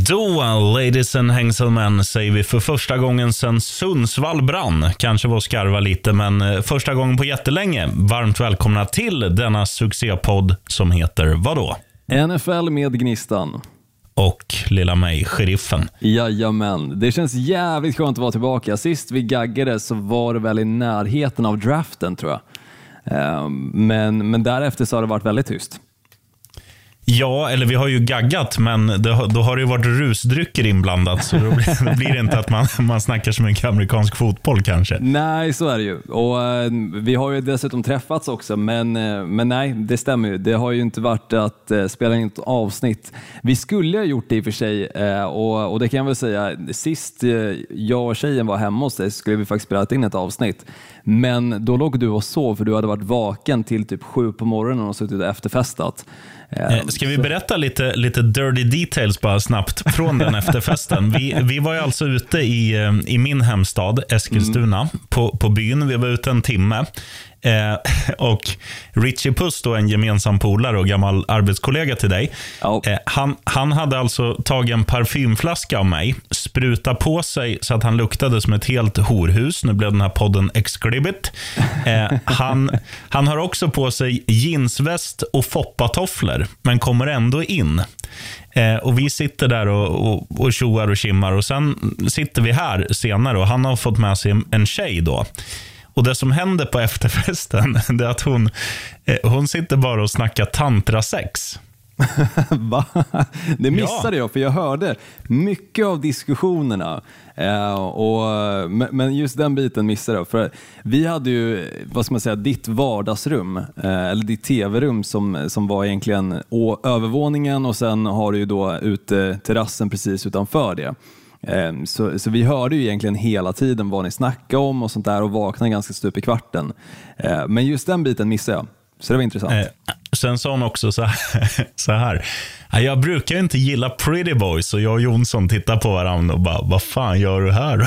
Då, ladies and hangselmen, säger vi för första gången sedan Sundsvall brann. Kanske var skarva lite, men första gången på jättelänge. Varmt välkomna till denna succépodd som heter vadå? NFL med Gnistan. Och lilla mig, sheriffen. Jajamän, det känns jävligt skönt att vara tillbaka. Sist vi gaggade så var det väl i närheten av draften, tror jag. Men därefter så har det varit väldigt tyst. Ja, eller vi har ju gaggat, men då har det ju varit rusdrycker inblandat, så då blir det inte att man snackar så mycket amerikansk fotboll kanske. Nej, så är det ju. Och vi har ju dessutom träffats också, men nej, det stämmer ju. Det har ju inte varit att spela in ett avsnitt. Vi skulle ha gjort det i och för sig, och det kan jag väl säga, sist jag och tjejen var hemma hos dig skulle vi faktiskt spela in ett avsnitt. Men då låg du och sov, för du hade varit vaken till typ 7 på morgonen och suttit efterfestat. Ska vi berätta lite dirty details bara snabbt från den efterfesten? Vi var ju alltså ute i min hemstad Eskilstuna på byn. Vi var ute en timme. Och Richie Puss då, en gemensam polare och gammal arbetskollega till dig, han hade alltså tagit en parfymflaska av mig, spruta på sig så att han luktade som ett helt horhus. Nu blev den här podden exklibit. Han har också på sig jeansväst och foppatofflor, men kommer ändå in. Och vi sitter där och tjoar och kimmar, och sen sitter vi här senare och han har fått med sig en tjej då. Och det som händer på efterfesten, det är att hon sitter bara och snackar tantrasex. Va? Det missade jag, för jag hörde mycket av diskussionerna. Men just den biten missade jag. För vi hade ju, vad ska man säga, ditt vardagsrum, eller ditt tv-rum som var egentligen övervåningen, och sen har du ju då ute terrassen precis utanför det. Så vi hörde ju egentligen hela tiden vad ni snackade om och sånt där, och vaknade ganska stup i kvarten. Men just den biten missade jag. Så det var intressant. Sen sa hon också så här. Jag brukar ju inte gilla Pretty Boys, och jag och Jonsson tittar på varandra och bara, vad fan gör du här då?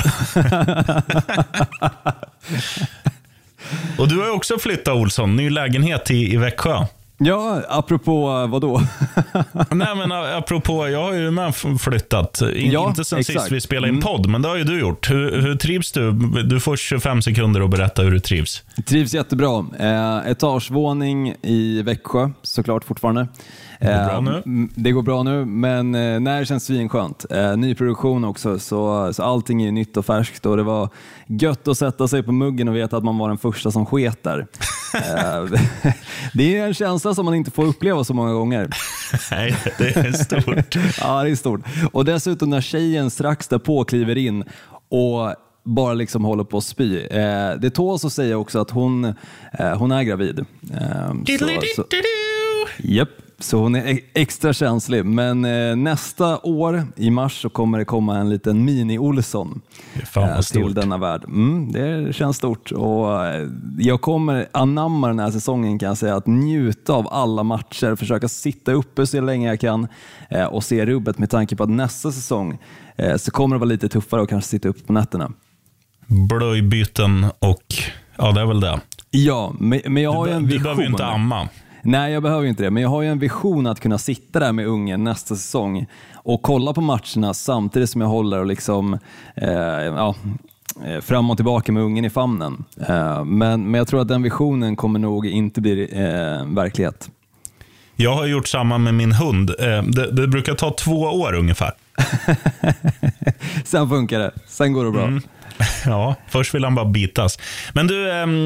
Och du har ju också flyttat, Olsson, ny lägenhet i Växjö. Ja, apropå vad då? Nej, men apropå, jag har ju med flyttat. Inte sen sist vi spelade in podd, men det har ju du gjort. Hur trivs du? Du får 25 sekunder att berätta hur du trivs. Trivs jättebra. Etagevåning i Växjö, såklart fortfarande. Det går bra nu, men det känns svinskönt. Ny produktion också, så allting är nytt och färskt, och det var gött att sätta sig på muggen och veta att man var den första som sket där. Det är en känsla som man inte får uppleva så många gånger. Nej, det är stort. Ja, det är stort. Och dessutom när tjejen strax därpå kliver in och bara liksom håller på att spy. Det tåls att säga också att hon är gravid. Japp. Så hon är extra känslig. Men nästa år i mars så kommer det komma en liten mini-Olsson till denna värld. Det känns stort. Och jag kommer anamma den här säsongen, kan jag säga, att njuta av alla matcher. Försöka sitta uppe så länge jag kan och se rubbet, med tanke på att nästa säsong så kommer det vara lite tuffare och kanske sitta upp på nätterna. Blöjbyten och ja, det är väl det. Ja, men jag har ju en vision. Du behöver ju inte amma. Nej, jag behöver inte det. Men jag har ju en vision att kunna sitta där med ungen nästa säsong och kolla på matcherna samtidigt som jag håller och liksom fram och tillbaka med ungen i famnen. Men jag tror att den visionen kommer nog inte bli verklighet. Jag har gjort samma med min hund. Det brukar ta 2 år ungefär. Sen funkar det. Sen går det bra. Ja, först vill han bara bitas. Men du,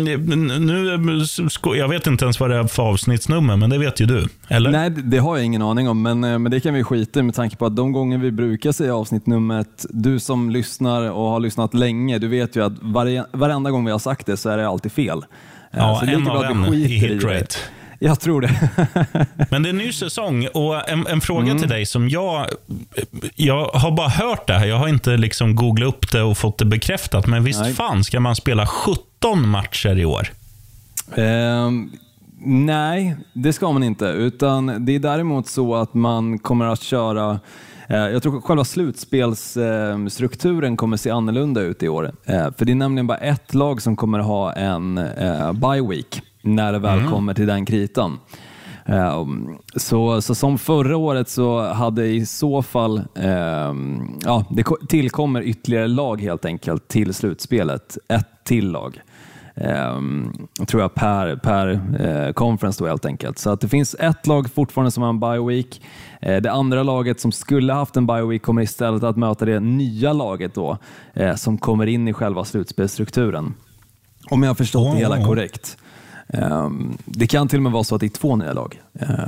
jag vet inte ens vad det är för avsnittsnummer, men det vet ju du, eller? Nej, det har jag ingen aning om, men det kan vi skita med tanke på att de gånger vi brukar säga avsnittnumret, du som lyssnar och har lyssnat länge, du vet ju att varenda gång vi har sagt det så är det alltid fel. Ja, så en av en i hitrate. Jag tror det. Men det är en ny säsong, och en fråga till dig som jag har bara hört det här. Jag har inte liksom googlat upp det och fått det bekräftat. Men visst fan ska man spela 17 matcher i år? Nej, det ska man inte. Utan det är däremot så att man kommer att köra... Jag tror själva slutspelsstrukturen kommer se annorlunda ut i år. För det är nämligen bara ett lag som kommer ha en bye week när det väl kommer till den kritan. Så som förra året så hade i så fall det tillkommer ytterligare lag helt enkelt till slutspelet. Ett till lag. Tror jag per conference då helt enkelt. Så att det finns ett lag fortfarande som har en bye week. Det andra laget som skulle haft en bye week kommer istället att möta det nya laget då, som kommer in i själva slutspelstrukturen. Om jag har förstått det hela korrekt. Det kan till och med vara så att det är 2 nya lag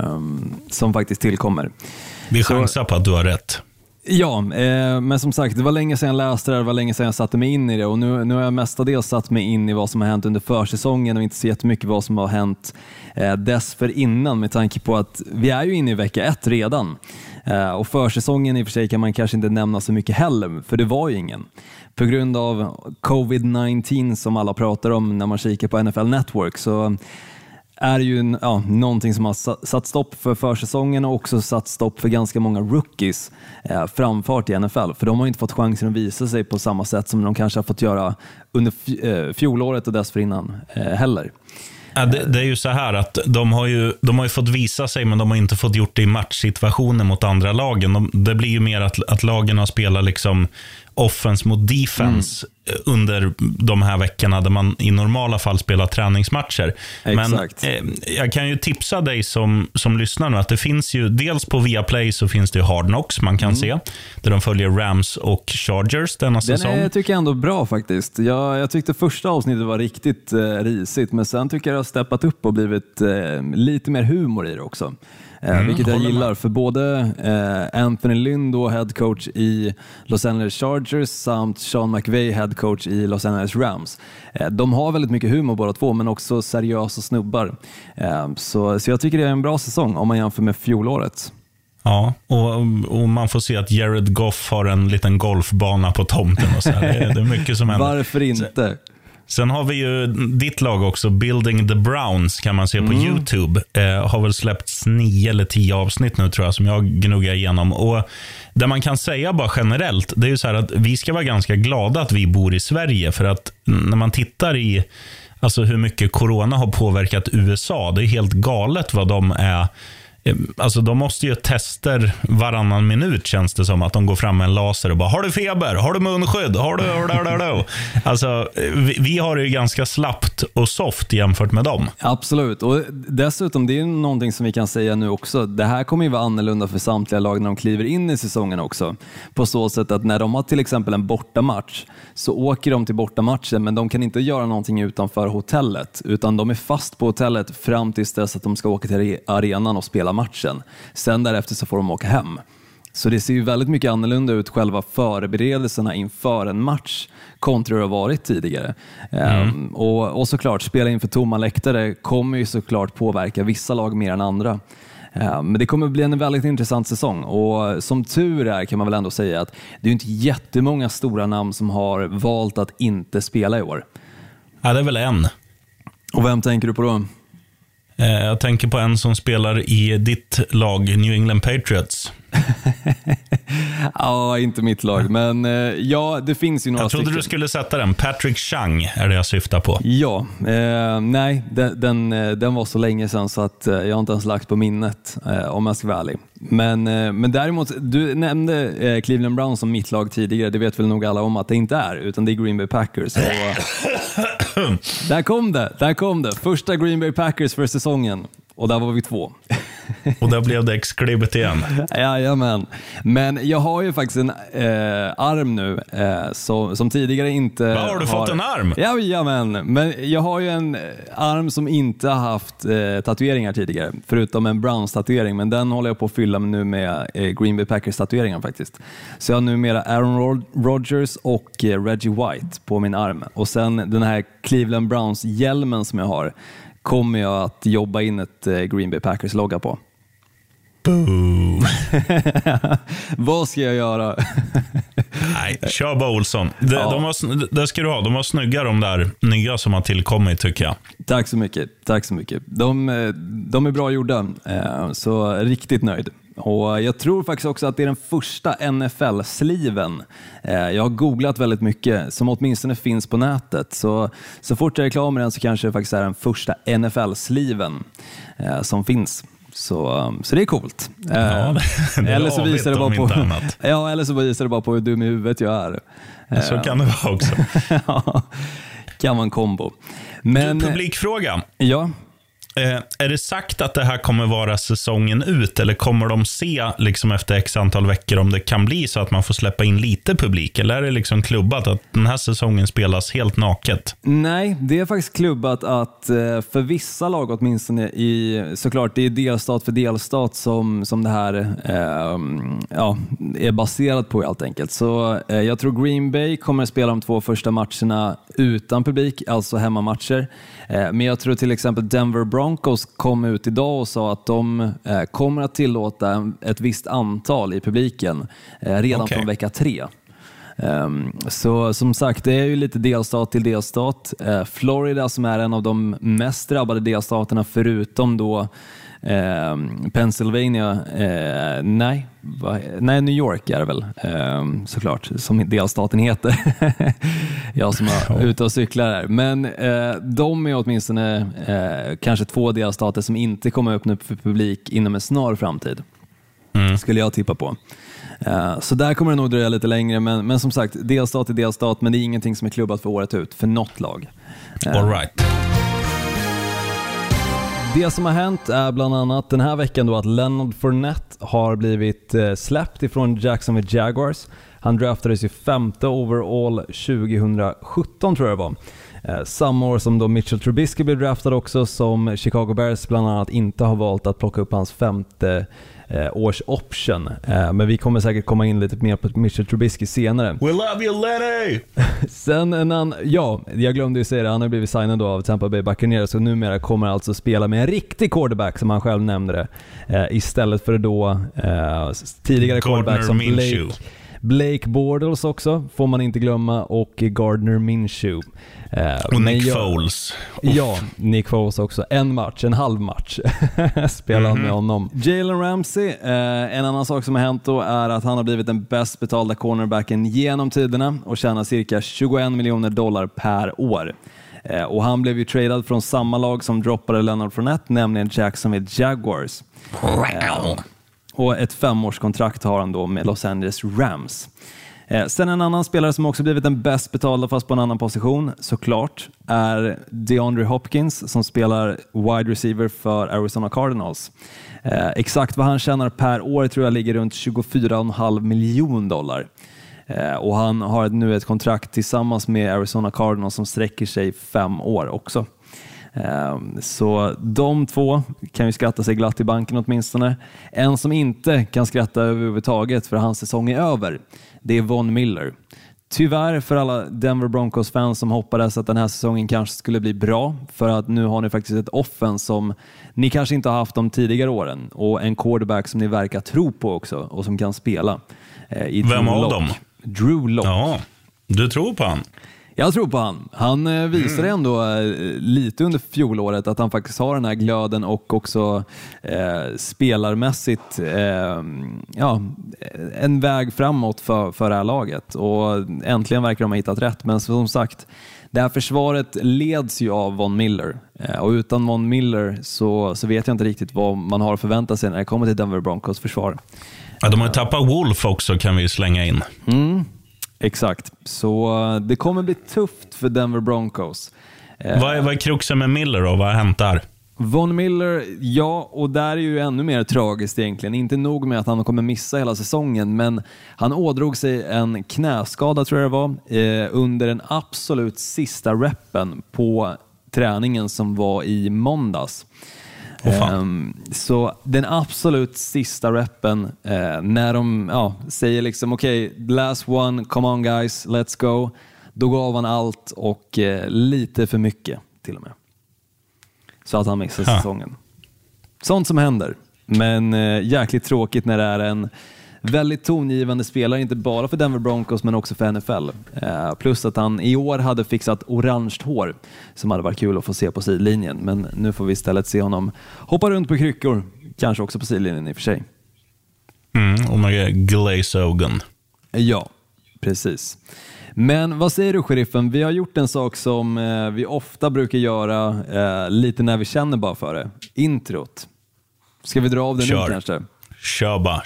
som faktiskt tillkommer. Vi chansar på att du har rätt. Ja, men som sagt, det var länge sedan jag läste det, det var länge sedan jag satte mig in i det, och nu har jag mestadels satt mig in i vad som har hänt under försäsongen och inte så jättemycket vad som har hänt dessförinnan, med tanke på att vi är ju inne i vecka 1 redan. Och försäsongen i och för sig kan man kanske inte nämna så mycket heller, för det var ju ingen. På grund av COVID-19 som alla pratar om när man kikar på NFL Network, så är ju någonting som har satt stopp för försäsongen och också satt stopp för ganska många rookies framfart i NFL. För de har inte fått chansen att visa sig på samma sätt som de kanske har fått göra under fjolåret och dessförinnan heller. Ja, det är ju så här att de har ju fått visa sig, men de har inte fått gjort det i matchsituationer mot andra lagen. Det blir ju mer att lagen har spelat liksom offense mot defense under de här veckorna där man i normala fall spelar träningsmatcher. Exakt. Men jag kan ju tipsa dig som lyssnar nu att det finns ju, dels på Viaplay så finns det ju Hard Knocks man kan se, där de följer Rams och Chargers denna säsong. Den tycker jag ändå bra faktiskt. Jag tyckte första avsnittet var riktigt risigt, men sen tycker jag det har steppat upp och blivit lite mer humor i det också. Vilket jag gillar, för både Anthony Lynn då, head coach i Los Angeles Chargers, samt Sean McVay, head coach i Los Angeles Rams. De har väldigt mycket humor båda två, men också seriösa snubbar. Så jag tycker det är en bra säsong om man jämför med fjolåret. Ja, och man får se att Jared Goff har en liten golfbana på tomten och så här. Det är mycket som händer. Varför inte? Sen har vi ju ditt lag också, Building the Browns, kan man se på YouTube. Har väl släppts 9 eller 10 avsnitt nu tror jag, som jag gnuggar igenom. Och det man kan säga bara generellt, det är ju så här att vi ska vara ganska glada att vi bor i Sverige. För att när man tittar i alltså hur mycket corona har påverkat USA, det är helt galet vad de är. Alltså de måste ju tester varannan minut, känns det som, att de går fram med en laser och bara, har du feber? Har du munskydd? Har du? Alltså vi har det ju ganska slappt och soft jämfört med dem. Absolut, och dessutom det är ju någonting som vi kan säga nu också. Det här kommer ju vara annorlunda för samtliga lag när de kliver in i säsongen också. På så sätt att när de har till exempel en bortamatch så åker de till bortamatchen, men de kan inte göra någonting utanför hotellet, utan de är fast på hotellet fram tills dess att de ska åka till arenan och spela matchen. Sen därefter så får de åka hem. Så det ser ju väldigt mycket annorlunda ut, själva förberedelserna inför en match kontra hur det har varit tidigare. Och såklart, spela inför tomma läktare kommer ju såklart påverka vissa lag mer än andra. Men det kommer bli en väldigt intressant säsong, och som tur är kan man väl ändå säga att det är inte jättemånga stora namn som har valt att inte spela i år. Ja, det är väl en. Och vem tänker du på då? Jag tänker på en som spelar i ditt lag, New England Patriots. Ja, inte mitt lag, men ja, det finns ju några. Jag trodde du skulle sätta den. Patrick Chung är det jag syftar på. Ja, nej, den var så länge sedan så att jag har inte ens lagt på minnet, om jag ska vara ärlig. Men däremot, du nämnde Cleveland Browns som mitt lag tidigare. Det vet väl nog alla om att det inte är, utan det är Green Bay Packers. Där kom det. Första Green Bay Packers för säsongen. Och där var vi 2. Och där blev det X-klibbet igen. Jajamän. Men jag har ju faktiskt en arm nu som tidigare inte har du fått en arm? Jajamän. Men jag har ju en arm som inte har haft tatueringar tidigare, förutom en Browns-tatuering. Men den håller jag på att fylla nu med Green Bay Packers-tatueringar faktiskt. Så jag har numera Aaron Rodgers och Reggie White på min arm. Och sen den här Cleveland Browns-hjälmen som jag har kommer jag att jobba in ett Green Bay Packers-logga på. Boo. Vad ska jag göra? Nej, kör bara Olsson. Det ska du ha. De var snygga, de där nya som har tillkommit, tycker jag. Tack så mycket. De är bra gjorda, så riktigt nöjd. Och jag tror faktiskt också att det är den första NFL-sliven. Jag har googlat väldigt mycket som åtminstone finns på nätet. Så fort jag är klar med den så kanske det faktiskt är den första NFL-sliven som finns. Så det är coolt. Ja, det eller så visar det bara på annat. Ja, eller så visar det bara på hur dum i huvudet jag är. Så kan det vara också. Ja, kan vara en kombo. Men publikfråga. Ja. Är det sagt att det här kommer vara säsongen ut, eller kommer de se liksom efter x antal veckor om det kan bli så att man får släppa in lite publik, eller är det liksom klubbat att den här säsongen spelas helt naket? Nej, det är faktiskt klubbat att för vissa lag åtminstone såklart det är delstat för delstat som det här är baserat på helt enkelt. Så jag tror Green Bay kommer att spela de 2 första matcherna utan publik, alltså hemmamatcher. Men jag tror till exempel Denver Broncos kom ut idag och sa att de kommer att tillåta ett visst antal i publiken redan från vecka 3. Så som sagt, det är ju lite delstat till delstat. Florida som är en av de mest drabbade delstaterna förutom då Pennsylvania, nej, New York är det väl såklart, som delstaten heter. Jag som är ute och cyklar här. Men de är åtminstone kanske 2 delstater som inte kommer öppna upp för publik inom en snar framtid. Skulle jag tippa på. Så där kommer det nog dröja lite längre, men som sagt, delstat är delstat, men det är ingenting som är klubbat för året ut för något lag. All right. Det som har hänt är bland annat den här veckan då att Leonard Fournette har blivit släppt ifrån Jacksonville Jaguars. Han draftades ju 5:e overall 2017 tror jag det var. Samma år som då Mitchell Trubisky blev draftad också, som Chicago Bears bland annat inte har valt att plocka upp hans 5:e års option. Men vi kommer säkert komma in lite mer på Mitchell Trubisky senare. We love you, Lenny! Sen jag glömde ju säga det, han har blivit signad då av Tampa Bay Buccaneers, så numera kommer alltså spela med en riktig quarterback som han själv nämnde det. Istället för då tidigare quarterback som Blake Bortles också, får man inte glömma, och Gardner Minshew. Och Nick Foles. Ja, Nick Foles också. En halv match spelade med honom. Jalen Ramsey, en annan sak som har hänt då är att han har blivit den bäst betalda cornerbacken genom tiderna och tjänar cirka $21 miljoner per år. Och han blev ju tradad från samma lag som droppade Leonard Fournette, nämligen Jacksonville Jaguars. Och ett 5-årskontrakt har han då med Los Angeles Rams. Sen en annan spelare som också blivit den bäst betalda fast på en annan position såklart är DeAndre Hopkins som spelar wide receiver för Arizona Cardinals. Exakt vad han tjänar per år tror jag ligger runt $24,5 miljoner. Och han har nu ett kontrakt tillsammans med Arizona Cardinals som sträcker sig 5 år också. Så de 2 kan ju skratta sig glatt i banken åtminstone. En som inte kan skratta överhuvudtaget för hans säsong är över, det är Von Miller. Tyvärr för alla Denver Broncos-fans som hoppades att den här säsongen kanske skulle bli bra, för att nu har ni faktiskt ett offense som ni kanske inte har haft de tidigare åren och en quarterback som ni verkar tro på också och som kan spela i Vem av dem? Drew Lock. Ja, du tror på han? Jag tror på han. Han visade ändå lite under fjolåret att han faktiskt har den här glöden och också spelarmässigt en väg framåt för det här laget. Och äntligen verkar de ha hittat rätt. Men som sagt, det här försvaret leds ju av Von Miller. Och utan Von Miller så vet jag inte riktigt vad man har att förvänta sig när det kommer till Denver Broncos försvar. Ja, de har ju tappat Wolf också, kan vi slänga in. Exakt, så det kommer bli tufft för Denver Broncos. Vad är kruxen med Miller då? Vad har hänt där? Von Miller, ja, och där är ju ännu mer tragiskt egentligen. Inte nog med att han kommer missa hela säsongen, men han ådrog sig en knäskada tror jag det var under den absolut sista reppen på träningen som var i måndags. Så den absolut sista reppen när de säger liksom okej, last one, come on guys, let's go, då gav han allt och lite för mycket till och med, så att han missar säsongen. Sånt som händer, men jäkligt tråkigt när det är en väldigt tongivande spelare, inte bara för Denver Broncos men också för NFL. Plus att han i år hade fixat orange hår som hade varit kul att få se på sidlinjen. Men nu får vi istället se honom hoppa runt på kryckor. Kanske också på sidlinjen i och för sig. Och med glaze-ögon. Ja, precis. Men vad säger du, sheriffen? Vi har gjort en sak som vi ofta brukar göra lite när vi känner bara för det. Introt. Ska vi dra av den nu kanske? Kör bara.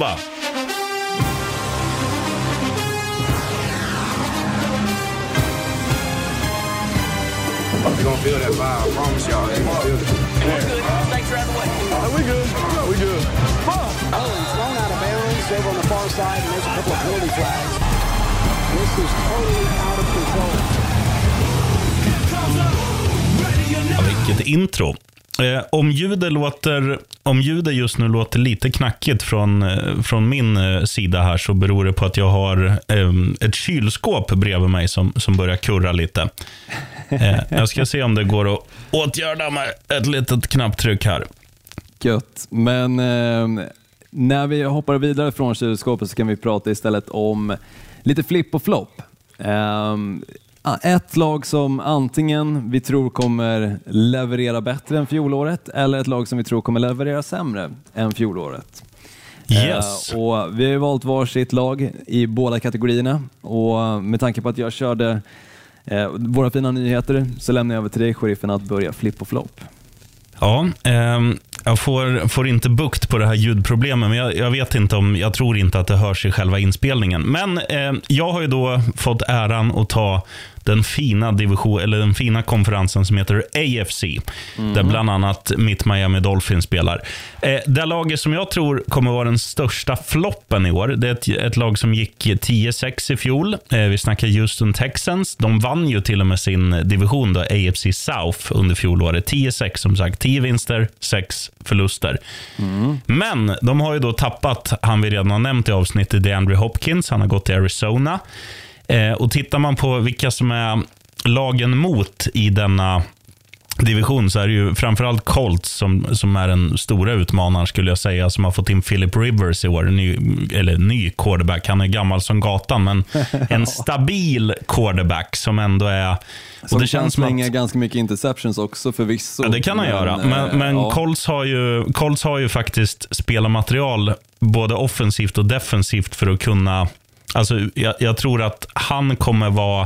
You're gonna feel that vibe, I promise y'all. They're gonna feel it. Snakes are out of the way. We good. We good. Oh, he's thrown out of bounds over on the far side, and there's a couple of penalty flags. This is totally out of control. Ja, vilket intro. Om ljudet just nu låter lite knackigt från min sida här, så beror det på att jag har ett kylskåp bredvid mig som börjar kurra lite. Jag ska se om det går att åtgärda med ett litet knapptryck här. Gött. Men när vi hoppar vidare från kylskåpet så kan vi prata istället om lite flipp och flopp. Ett lag som antingen vi tror kommer leverera bättre än fjolåret, eller ett lag som vi tror kommer leverera sämre än fjolåret. Yes. Och vi har valt varsitt lag i båda kategorierna, och med tanke på att jag körde våra fina nyheter så lämnar jag över till dig, sheriffen, att börja flipp och flopp. Ja, jag får inte bukt på det här ljudproblemet, men jag vet inte jag tror inte att det hörs i själva inspelningen. Men jag har ju då fått äran att ta den fina division, eller den fina konferensen som heter AFC, där bland annat mitt Miami Dolphins spelar. Det laget som jag tror kommer vara den största floppen i år, det är ett lag som gick 10-6 i fjol. Vi snackar Houston Texans. De vann ju till och med sin division då, AFC South, under fjolåret. 10-6 som sagt, 10 vinster, 6 förluster. Men de har ju då tappat, han vi redan har nämnt i avsnittet, DeAndre Hopkins. Han har gått till Arizona. Och tittar man på vilka som är lagen mot i denna division, så är det ju framförallt Colts som är den stora utmanaren, skulle jag säga, som har fått in Philip Rivers i år. Ny quarterback. Han är gammal som gatan, men en stabil quarterback som ändå är... Och som det känns som att ganska mycket interceptions också förvisso. Ja, det kan han göra. Men ja. Colts har ju faktiskt spelarmaterial både offensivt och defensivt för att kunna... Alltså, jag tror att han kommer vara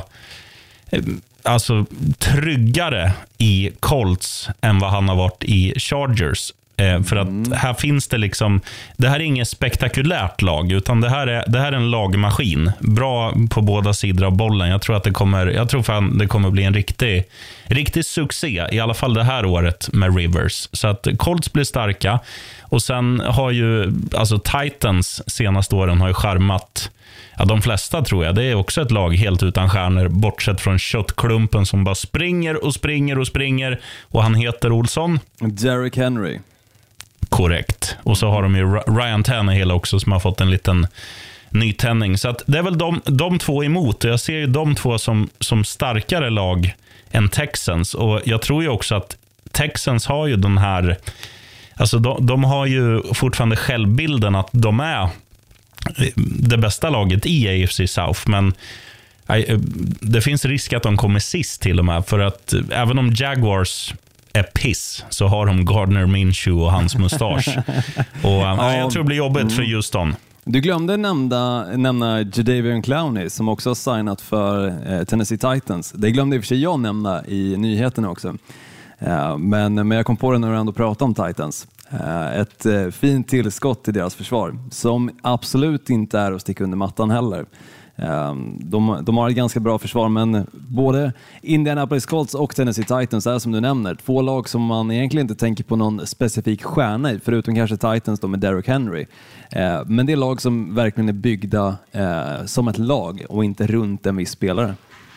tryggare i Colts än vad han har varit i Chargers. För att här finns det liksom... Det här är inget spektakulärt lag, utan det här är en lagmaskin. Bra på båda sidor av bollen. Jag tror att det kommer bli en riktig succé, i alla fall det här året med Rivers. Så att Colts blir starka. Och sen har ju Titans senaste åren har ju charmat de flesta, tror jag. Det är också ett lag helt utan stjärnor, bortsett från köttklumpen som bara springer. Och han heter Olsson. Derrick Henry. Korrekt. Och så har de ju Ryan Tannehill också, som har fått en liten nytändning. Så att det är väl de två emot. Och jag ser ju de två som starkare lag än Texans. Och jag tror ju också att Texans har ju den här... Alltså de har ju fortfarande självbilden att de är det bästa laget i AFC South, men det finns risk att de kommer sist till och med, för att även om Jaguars är piss så har de Gardner Minshew och hans mustasch. Och jag tror det blir jobbigt för Houston. Du glömde nämna Jadeveon Clowney, som också har signat för Tennessee Titans. Det glömde i och för sig jag nämna i nyheterna också. Men jag kom på det när du ändå pratade om Titans. Ett fint tillskott till deras försvar, som absolut inte är att sticka under mattan heller. De har ett ganska bra försvar, men både Indianapolis Colts och Tennessee Titans är, som du nämner, två lag som man egentligen inte tänker på någon specifik stjärna i, förutom kanske Titans då med Derrick Henry. Men det är lag som verkligen är byggda som ett lag och inte runt en viss spelare.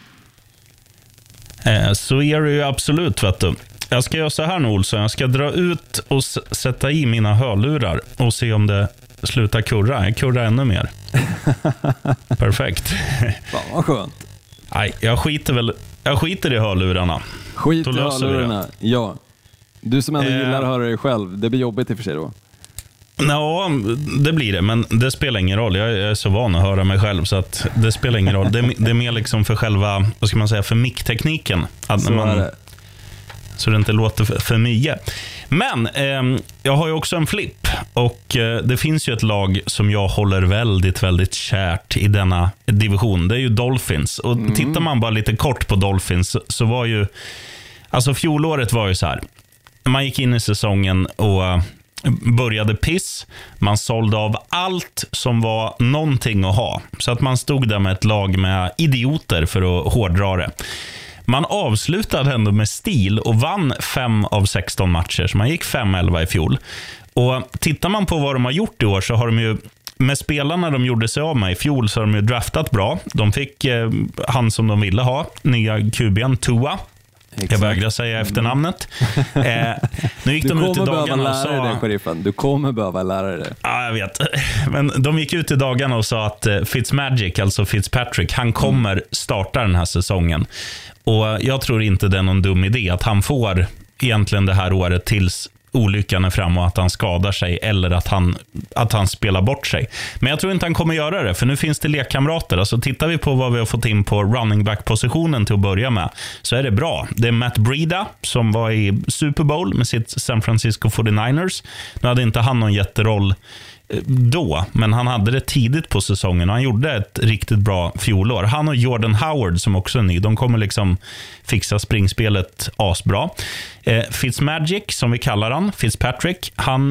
Så är det ju absolut, vet du. Jag ska göra så här nu, Olsson. Jag ska dra ut och sätta i mina hörlurar och se om det slutar kurra. Jag kurrar ännu mer. Perfekt. Fan, vad skönt. Nej, jag skiter i hörlurarna. Skit i hörlurarna, ja. Du som ändå gillar att höra dig själv, det blir jobbigt i och för sig då. Ja, det blir det, men det spelar ingen roll. Jag är så van att höra mig själv, så att det spelar ingen roll. Det är mer liksom för själva, vad ska man säga, för micktekniken. Att så det inte låter för mycket. Men jag har ju också en flipp. Och det finns ju ett lag som jag håller väldigt, väldigt kärt i denna division. Det är ju Dolphins. Och tittar man bara lite kort på Dolphins, så var ju... Alltså fjolåret var ju så här. Man gick in i säsongen och började piss. Man sålde av allt som var någonting att ha. Så att man stod där med ett lag med idioter, för att hårdra det. Man avslutade ändå med stil och vann 5 av 16 matcher. Så man gick 5-11 i fjol. Och tittar man på vad de har gjort i år, så har de ju, med spelarna de gjorde sig av med i fjol, så har de ju draftat bra. De fick han som de ville ha, nya QB:n Tua. Exakt. Jag vägrar säga efternamnet. Nu gick de ut i dagarna och sa... Du kommer behöva lära dig det. Ja, jag vet. Men de gick ut i dagarna och sa att Fitzmagic, alltså Fitzpatrick, han kommer starta den här säsongen. Och jag tror inte det är någon dum idé att han får egentligen det här året tills olyckan är fram och att han skadar sig, eller att han spelar bort sig. Men jag tror inte han kommer göra det, för nu finns det lekkamrater. Alltså tittar vi på vad vi har fått in på running back-positionen till att börja med, så är det bra. Det är Matt Breida som var i Super Bowl med sitt San Francisco 49ers. Nu hade inte han någon jätteroll då, men han hade det tidigt på säsongen och han gjorde ett riktigt bra fjolår. Han och Jordan Howard som också är ny, de kommer liksom fixa springspelet asbra. Fitzmagic, som vi kallar han, Fitzpatrick,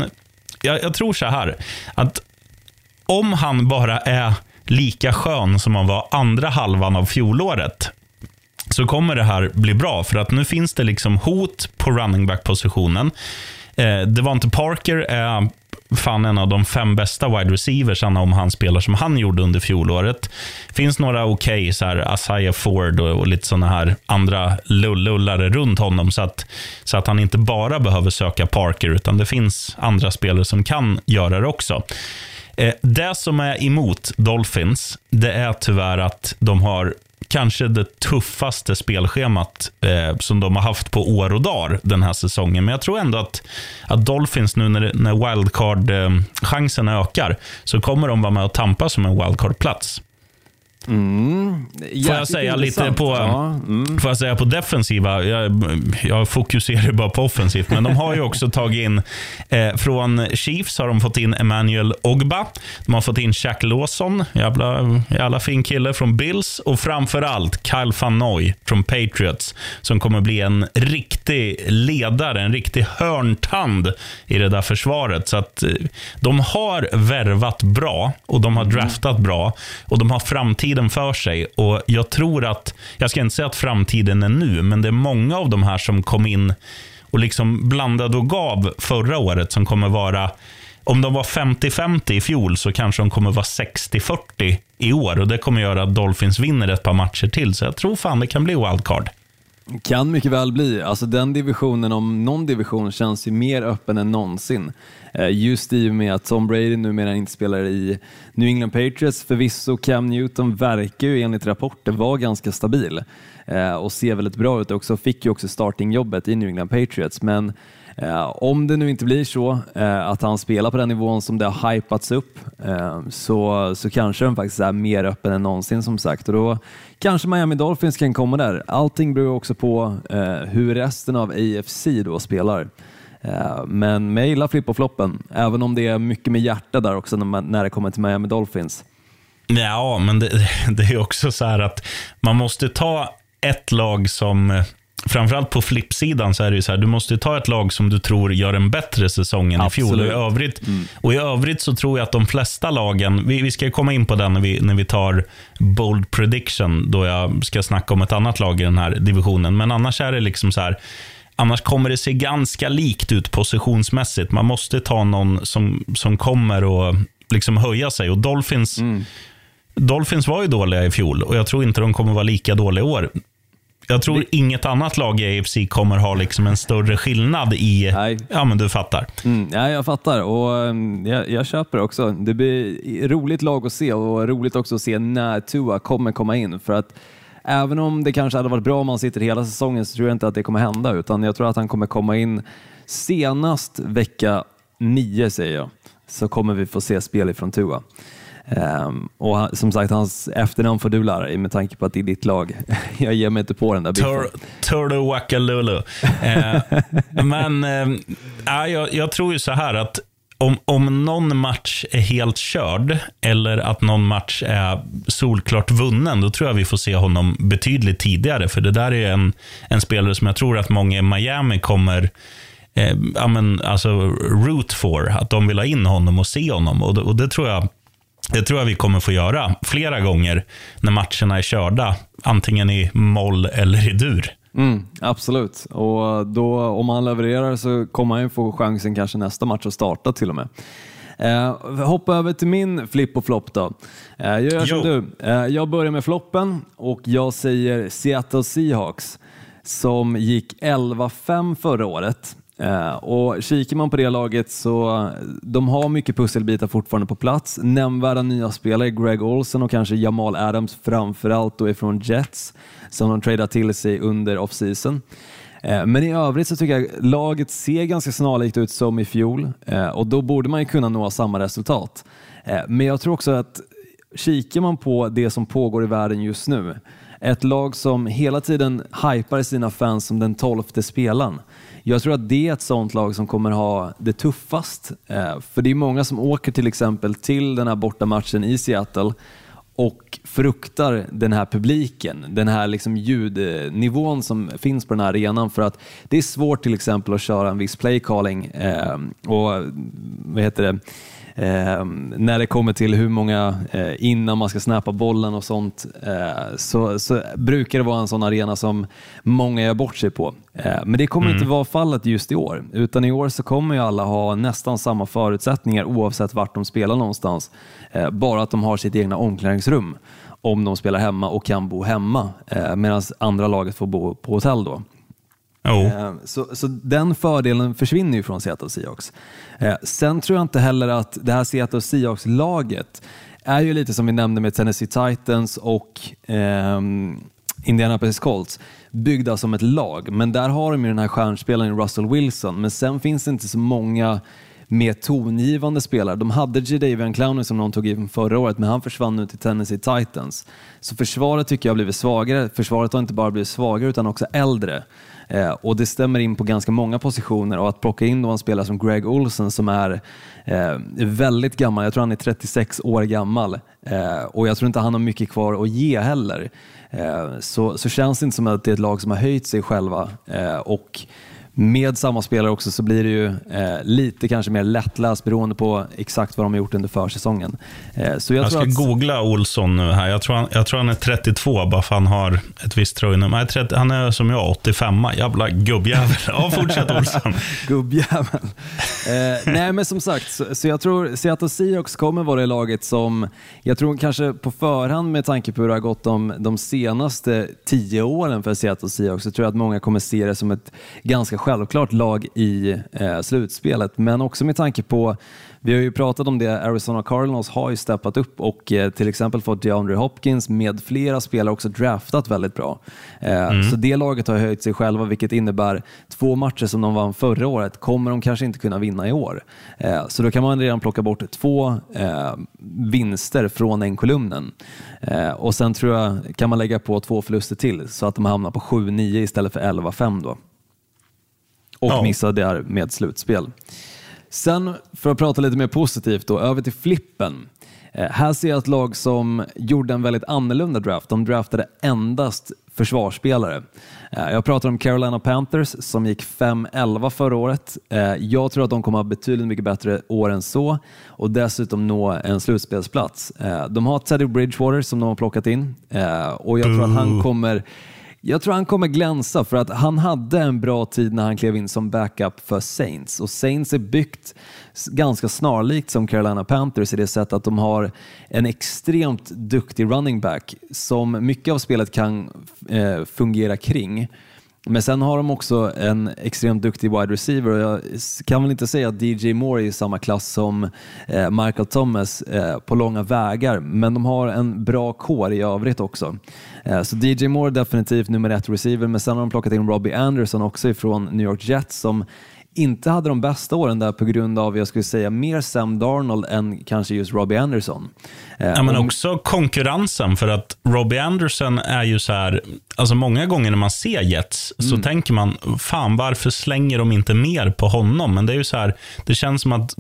jag tror så här, att om han bara är lika skön som han var andra halvan av fjolåret, så kommer det här bli bra, för att nu finns det liksom hot på running back-positionen. Devonta Parker är fan en av de 5 bästa wide receivers om han spelar som han gjorde under fjolåret. Finns några okej, så här Isaiah Ford och lite såna här andra lullare runt honom, så att han inte bara behöver söka Parker, utan det finns andra spelare som kan göra det också. Det som är emot Dolphins, det är tyvärr att de har kanske det tuffaste spelschemat som de har haft på år och dag den här säsongen. Men jag tror ändå att Dolphins nu när wildcard-chansen ökar, så kommer de vara med och tampa som en wildcard-plats. Får jag säga lite på får jag säga på defensiva, jag fokuserar bara på offensivt, men de har ju också tagit in från Chiefs har de fått in Emmanuel Ogba, de har fått in Shaq Lawson, jävla fin kille från Bills, och framförallt Kyle Van Noy från Patriots, som kommer bli en riktig ledare, en riktig hörntand i det där försvaret. Så att de har värvat bra och de har draftat bra och de har framtiden för sig, och jag tror att, jag ska inte säga att framtiden är nu, men det är många av de här som kom in och liksom blandade och gav förra året som kommer vara, om de var 50-50 i fjol, så kanske de kommer vara 60-40 i år, och det kommer göra att Dolphins vinner ett par matcher till, så jag tror fan det kan bli wildcard. Kan mycket väl bli. Alltså den divisionen, om någon division, känns ju mer öppen än någonsin. Just i och med att Tom Brady numera inte spelar i New England Patriots. Förvisso Cam Newton verkar ju enligt rapporter vara ganska stabil och ser väldigt bra ut också. Fick ju också startingjobbet i New England Patriots. Men om det nu inte blir så att han spelar på den nivån som det har hypats upp, så kanske den faktiskt är mer öppen än någonsin, som sagt. Och då kanske Miami Dolphins kan komma där. Allting beror också på hur resten av AFC då spelar. Men jag gillar flipp och floppen, även om det är mycket med hjärta där också när det kommer till Miami Dolphins. Ja, men det är också så här att man måste ta ett lag som, framförallt på flippsidan, så är det ju så här, du måste ta ett lag som du tror gör en bättre säsong än i fjol. Och i övrigt så tror jag att de flesta lagen, vi ska komma in på den när vi tar bold prediction, då jag ska snacka om ett annat lag i den här divisionen, men annars är det liksom så här, annars kommer det se ganska likt ut positionsmässigt. Man måste ta någon som kommer att liksom höja sig, och Dolphins var ju dåliga i fjol, och jag tror inte de kommer vara lika dåliga i år. Jag tror inget annat lag i AFC kommer ha liksom en större skillnad i... Nej. Ja, men du fattar. Ja, jag fattar, och jag köper också. Det blir roligt lag att se, och roligt också att se när Tua kommer komma in, för att även om det kanske hade varit bra om man sitter hela säsongen, så tror jag inte att det kommer hända, utan jag tror att han kommer komma in senast vecka 9, säger jag, så kommer vi få se spel ifrån Tua. Och som sagt, hans efternamn får du lära dig, med tanke på att det är ditt lag. Jag ger mig inte på den där biffen. Turtle Wakalulu. Men jag tror ju så här att om någon match är helt körd, eller att någon match är solklart vunnen, då tror jag vi får se honom betydligt tidigare. För det där är en spelare som jag tror att många i Miami kommer alltså root for, att de vill ha in honom och se honom, och det tror jag vi kommer få göra flera gånger när matcherna är körda, antingen i moll eller i dur. Absolut, och då om han levererar så kommer han ju få chansen kanske nästa match att starta till och med. Hoppa över till min flipp och flopp då. Jag gör som du. Jag börjar med floppen och jag säger Seattle Seahawks som gick 11-5 förra året. Och kikar man på det laget så de har mycket pusselbitar fortfarande på plats. Nämnvärda nya spelare, Greg Olsen och kanske Jamal Adams framförallt då ifrån Jets som de tradar till sig under offseason. Men i övrigt så tycker jag laget ser ganska snarlikt ut som i fjol, och då borde man ju kunna nå samma resultat. Men jag tror också att kikar man på det som pågår i världen just nu, ett lag som hela tiden hypar sina fans som den 12:e spelaren, jag tror att det är ett sånt lag som kommer ha det tuffast. För det är många som åker till exempel till den här bortamatchen i Seattle och fruktar den här publiken, den här liksom ljudnivån som finns på den här arenan, för att det är svårt till exempel att köra en viss playcalling och när det kommer till hur många innan man ska snappa bollen och sånt, så brukar det vara en sån arena som många gör bort sig på. Men det kommer inte vara fallet just i år, utan i år så kommer ju alla ha nästan samma förutsättningar oavsett vart de spelar någonstans, bara att de har sitt egna omklädningsrum om de spelar hemma och kan bo hemma, medan andra laget får bo på hotell då. Så den fördelen försvinner ju från Seattle Seahawks. Sen tror jag inte heller att det här Seattle Seahawks-laget är ju lite som vi nämnde med Tennessee Titans och Indianapolis Colts, byggda som ett lag. Men där har de ju den här stjärnspelaren Russell Wilson, men sen finns det inte så många mer tongivande spelare. De hade Jadeveon Clowney som de tog in förra året, men han försvann nu till Tennessee Titans. Så försvaret tycker jag har blivit svagare. Försvaret har inte bara blivit svagare utan också äldre. Och det stämmer in på ganska många positioner, och att plocka in då en spelare som Greg Olsen som är väldigt gammal, jag tror han är 36 år gammal, och jag tror inte han har mycket kvar att ge heller, så känns det inte som att det är ett lag som har höjt sig själva, och med samma spelare också så blir det ju lite kanske mer lättläst beroende på exakt vad de har gjort under försäsongen. Så jag ska googla Olsson nu här. Jag tror han är 32 bara för han har ett visst tröjnummer. Han är som jag 85. Jävla gubbjävel. Ja, fortsätt Olsson. Gubbjävel. Nej, men som sagt, så jag tror Seattle Seahawks kommer vara det laget som jag tror kanske på förhand, med tanke på hur det har gått de senaste 10 åren för Seattle Seahawks, så tror jag att många kommer se det som ett ganska självklart lag i slutspelet, men också med tanke på, vi har ju pratat om det, Arizona Cardinals har ju steppat upp och till exempel fått DeAndre Hopkins med flera spelare också draftat väldigt bra. Så det laget har höjt sig själva, vilket innebär 2 matcher som de vann förra året kommer de kanske inte kunna vinna i år. Så då kan man redan plocka bort 2 vinster från en kolumnen. Och sen tror jag kan man lägga på 2 förluster till så att de hamnar på 7-9 istället för 11-5 då. Och missa där med slutspel. Sen, för att prata lite mer positivt då, över till flippen. Här ser jag ett lag som gjorde en väldigt annorlunda draft. De draftade endast försvarsspelare. Jag pratar om Carolina Panthers som gick 5-11 förra året. Jag tror att de kommer ha betydligt mycket bättre år än så och dessutom nå en slutspelsplats. De har Teddy Bridgewater som de har plockat in, och jag tror att han kommer glänsa, för att han hade en bra tid när han klev in som backup för Saints. Och Saints är byggt ganska snarlikt som Carolina Panthers i det sätt att de har en extremt duktig running back som mycket av spelet kan fungera kring. Men sen har de också en extremt duktig wide receiver, och jag kan väl inte säga att DJ Moore är i samma klass som Michael Thomas på långa vägar, men de har en bra core i övrigt också. Så DJ Moore är definitivt nummer 1 receiver, men sen har de plockat in Robbie Anderson också ifrån New York Jets som inte hade de bästa åren där på grund av, jag skulle säga, mer Sam Darnold än kanske just Robbie Anderson. Ja, men också konkurrensen, för att Robbie Anderson är ju så här, alltså många gånger när man ser Jets så tänker man, fan varför slänger de inte mer på honom? Men det är ju så här, det känns som att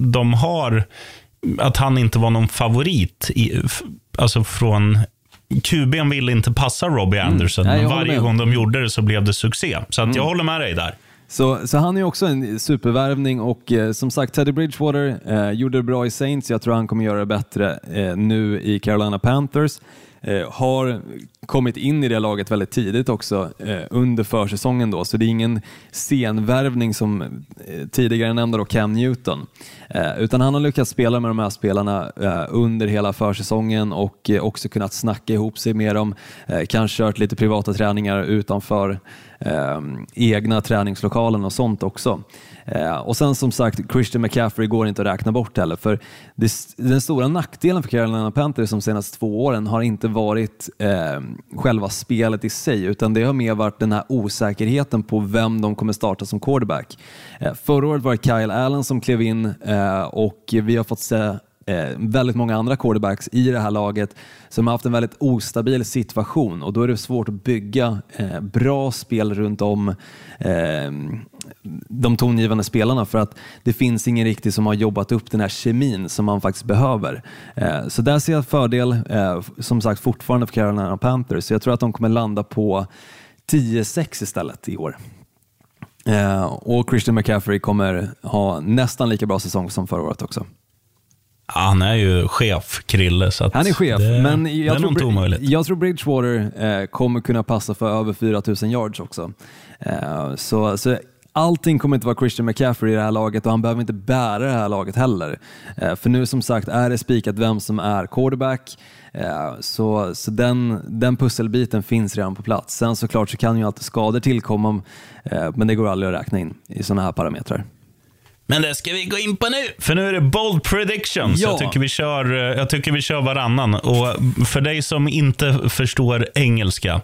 att han inte var någon favorit alltså från QB:n ville inte passa Robbie Anderson, men varje gång de gjorde det så blev det succé. Så att jag håller med dig där. Så han är också en supervärvning och som sagt Teddy Bridgewater gjorde det bra i Saints. Jag tror han kommer göra det bättre nu i Carolina Panthers. Har kommit in i det laget väldigt tidigt också under försäsongen då, så det är ingen senvärvning som tidigare nämnde då Cam Newton, utan han har lyckats spela med de här spelarna under hela försäsongen och också kunnat snacka ihop sig med dem, kanske kört lite privata träningar utanför egna träningslokalen och sånt också. Och sen som sagt, Christian McCaffrey går inte att räkna bort heller, för den stora nackdelen för Carolina Panthers de senaste 2 åren har inte varit själva spelet i sig, utan det har mer varit den här osäkerheten på vem de kommer starta som quarterback. Förra året var det Kyle Allen som klev in och vi har fått se väldigt många andra quarterbacks i det här laget som har haft en väldigt ostabil situation, och då är det svårt att bygga bra spel runt om de tongivande spelarna, för att det finns ingen riktigt som har jobbat upp den här kemin som man faktiskt behöver. Så där ser jag fördel som sagt fortfarande för Carolina Panthers, så jag tror att de kommer landa på 10-6 istället i år. Och Christian McCaffrey kommer ha nästan lika bra säsong som förra året också. Han är ju chef, Krille. Så att han är chef, men jag tror Bridgewater kommer kunna passa för över 4000 yards också. Så allting kommer inte vara Christian McCaffrey i det här laget, och han behöver inte bära det här laget heller. För nu som sagt är det spikat vem som är quarterback. Så den pusselbiten finns redan på plats. Sen såklart så kan ju alltid skador tillkomma, men det går aldrig att räkna in i sådana här parametrar. Men det ska vi gå in på nu. För nu är det bold predictions. Ja. Jag tycker vi kör varannan. Och för dig som inte förstår engelska,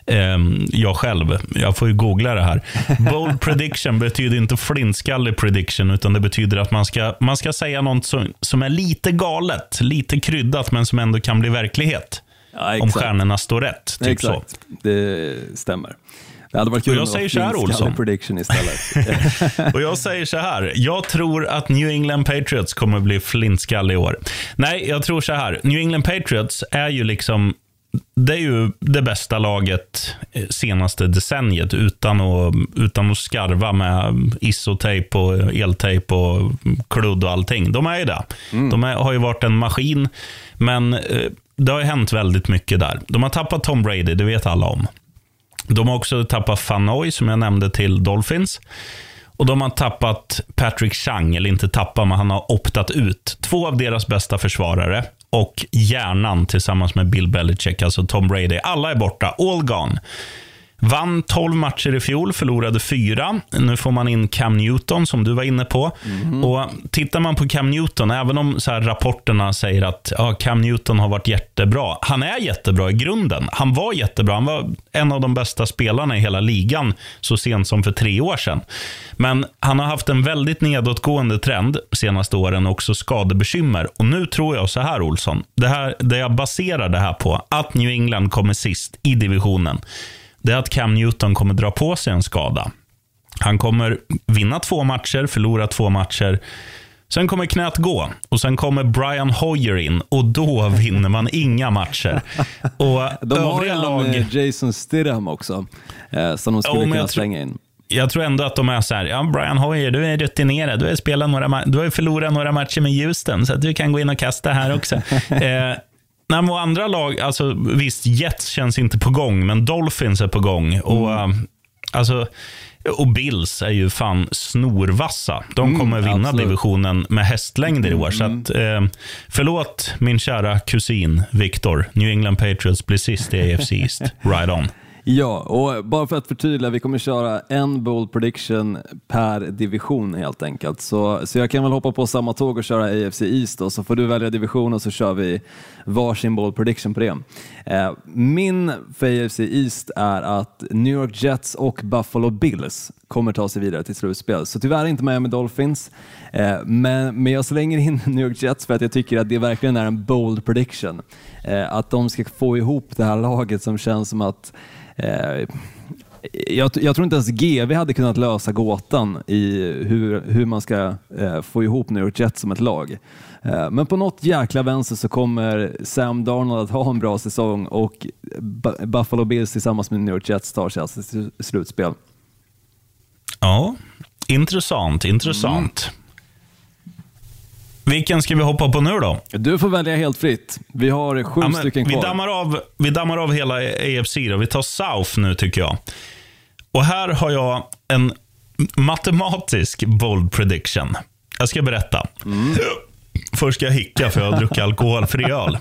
jag själv, jag får ju googla det här. Bold prediction betyder inte flintskallig prediction, utan det betyder att man ska säga något som är lite galet, lite kryddat, men som ändå kan bli verklighet. Ja, om stjärnorna står rätt. Typ exakt. Så. Det stämmer. Det hade varit kul. Och jag säger så här, Olsson. Prediction istället. Och jag säger så här. Jag tror att New England Patriots kommer bli flintskall i år. Nej, jag tror så här. New England Patriots är ju liksom, det är ju det bästa laget senaste decenniet utan att skarva med isotejp och eltejp och kludd och allting. De är ju det. De har ju varit en maskin, men det har ju hänt väldigt mycket där. De har tappat Tom Brady, det vet alla om. De har också tappat Fanoy som jag nämnde till Dolphins. Och de har tappat Patrick Chung, eller inte tappat, men han har optat ut 2 av deras bästa försvarare och hjärnan tillsammans med Bill Belichick, alltså Tom Brady. Alla är borta, all gone. Vann 12 matcher i fjol, förlorade 4. Nu får man in Cam Newton som du var inne på. Och tittar man på Cam Newton, även om så här rapporterna säger att Cam Newton har varit jättebra. Han är jättebra i grunden. Han var jättebra. Han var en av de bästa spelarna i hela ligan så sent som för 3 år sedan. Men han har haft en väldigt nedåtgående trend senaste åren, också skadebekymmer. Och nu tror jag så här, Olsson. Det jag baserar det här på, att New England kommer sist i divisionen, det är att Cam Newton kommer dra på sig en skada. Han kommer vinna 2 matcher, förlora 2 matcher. Sen kommer knät gå. Och sen kommer Brian Hoyer in. Och då vinner man inga matcher. Och de har ju Jason Stidham också, som de skulle kunna slänga in. Jag tror ändå att de är så här, Brian Hoyer, du är rutinerad. Du har ju förlorat några matcher med Houston, så att du kan gå in och kasta här också. När andra lag, alltså visst, Jets känns inte på gång, men Dolphins är på gång. Och Bills är ju fan snorvassa. De kommer vinna absolut divisionen med hästlängder i år. Så att, förlåt min kära kusin Victor, New England Patriots blir sist i AFC East. Right on. Ja, och bara för att förtydliga, vi kommer köra en bold prediction per division helt enkelt. Så jag kan väl hoppa på samma tåg och köra AFC East då, så får du välja division och så kör vi varsin bold prediction på det. Min för AFC East är att New York Jets och Buffalo Bills kommer ta sig vidare till slutspel. Så tyvärr inte med Dolphins, men jag slänger in New York Jets för att jag tycker att det verkligen är en bold prediction. Att de ska få ihop det här laget som känns som att jag tror inte ens GV hade kunnat lösa gåtan i hur man ska få ihop New York Jets som ett lag. Men på något jäkla vänster så kommer Sam Darnold att ha en bra säsong och Buffalo Bills tillsammans med New York Jets tar sig alltså till slutspel. Ja, intressant. Vilken ska vi hoppa på nu då? Du får välja helt fritt. Vi har 7 stycken kvar. Vi dammar av hela AFC då. Vi tar South nu tycker jag. Och här har jag en matematisk bold prediction. Jag ska berätta. Först ska jag hicka för jag har druckit alkoholfri öl.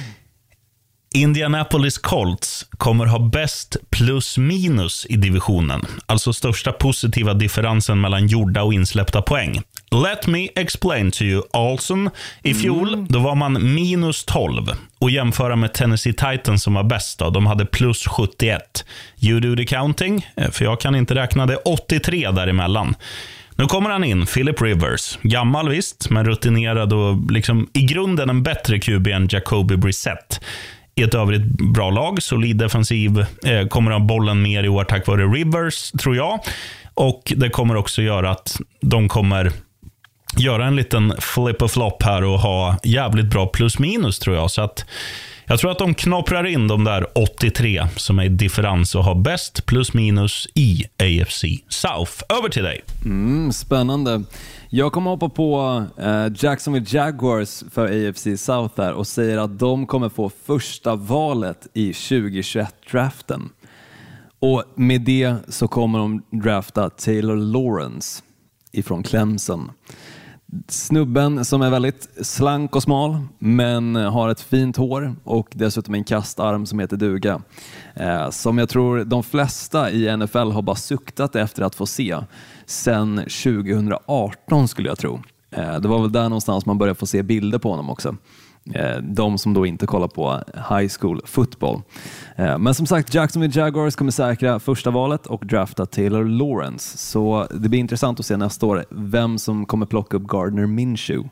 Indianapolis Colts kommer ha bäst plus minus i divisionen. Alltså största positiva differensen mellan gjorda och insläppta poäng. Let me explain to you, Olsen. I fjol då var man minus 12 och jämföra med Tennessee Titans som var bäst då. De hade plus 71. You do the counting, för jag kan inte räkna det. 83 däremellan. Nu kommer han in, Philip Rivers. Gammal visst, men rutinerad och liksom i grunden en bättre QB än Jacoby Brissett. I ett övrigt bra lag, solid defensiv, kommer ha bollen mer i år tack vare Rivers, tror jag. Och det kommer också göra att de kommer göra en liten flip och flop här och ha jävligt bra plus minus, tror jag. Så att jag tror att de knopprar in de där 83 som är differens och har bäst plus minus i AFC South. Över till dig. Spännande. Jag kommer hoppa på Jacksonville Jaguars för AFC South där och säger att de kommer få första valet i 2021-draften. Och med det så kommer de drafta Taylor Lawrence ifrån Clemson. Snubben som är väldigt slank och smal men har ett fint hår och dessutom en kastarm som heter duga. Som jag tror de flesta i NFL har bara suktat efter att få se sen 2018 skulle jag tro. Det var väl där någonstans man började få se bilder på honom också. De som då inte kollar på high school football. Men som sagt, Jacksonville Jaguars kommer säkra första valet och drafta Taylor Lawrence. Så det blir intressant att se nästa år vem som kommer plocka upp Gardner Minshew.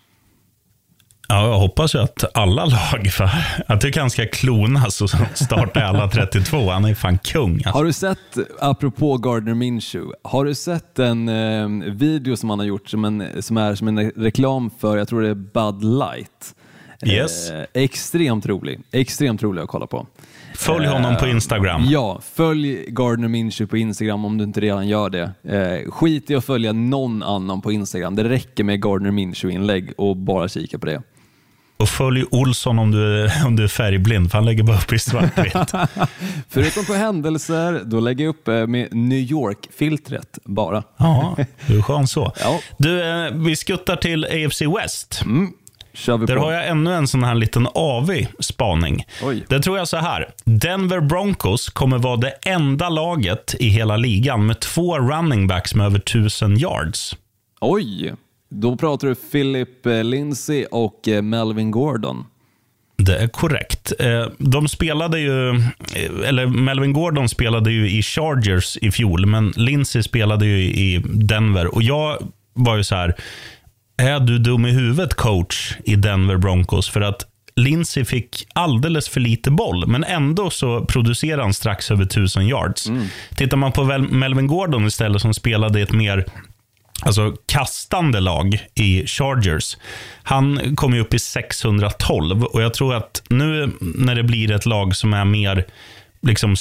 Ja, jag hoppas ju att alla lag, för jag tycker han ska klonas och starta alla 32. Han är fan kung. Alltså. Har du sett, apropå Gardner Minshew, har du sett en video som han har gjort som är som en reklam för, jag tror det är Bud Light. Yes. Extremt rolig att kolla på. Följ honom på Instagram. Ja, följ Gardner Minshew på Instagram om du inte redan gör det. Skit i att följa någon annan på Instagram. Det räcker med Gardner Minshew-inlägg och bara kika på det. Och följ Olsson om du är färgblind, för han lägger bara upp i svartvitt. Förutom på händelser, då lägger jag upp med New York-filtret bara. Ja, hur skön så. Ja. Du, vi skuttar till AFC West. Där har jag ännu en sån här liten AV-spaning. Det tror jag så här. Denver Broncos kommer vara det enda laget i hela ligan med 2 running backs med över 1000 yards. Oj, då pratar du Philip Lindsay och Melvin Gordon. Det är korrekt. De spelade ju, eller Melvin Gordon spelade ju i Chargers i fjol, men Lindsay spelade ju i Denver. Och jag var ju så här, är du dum i huvudet coach i Denver Broncos? För att Lindsay fick alldeles för lite boll, men ändå så producerar han strax över 1000 yards. Tittar man på Melvin Gordon istället, som spelade i ett mer kastande lag i Chargers, han kom ju upp i 612, och jag tror att nu när det blir ett lag som är mer liksom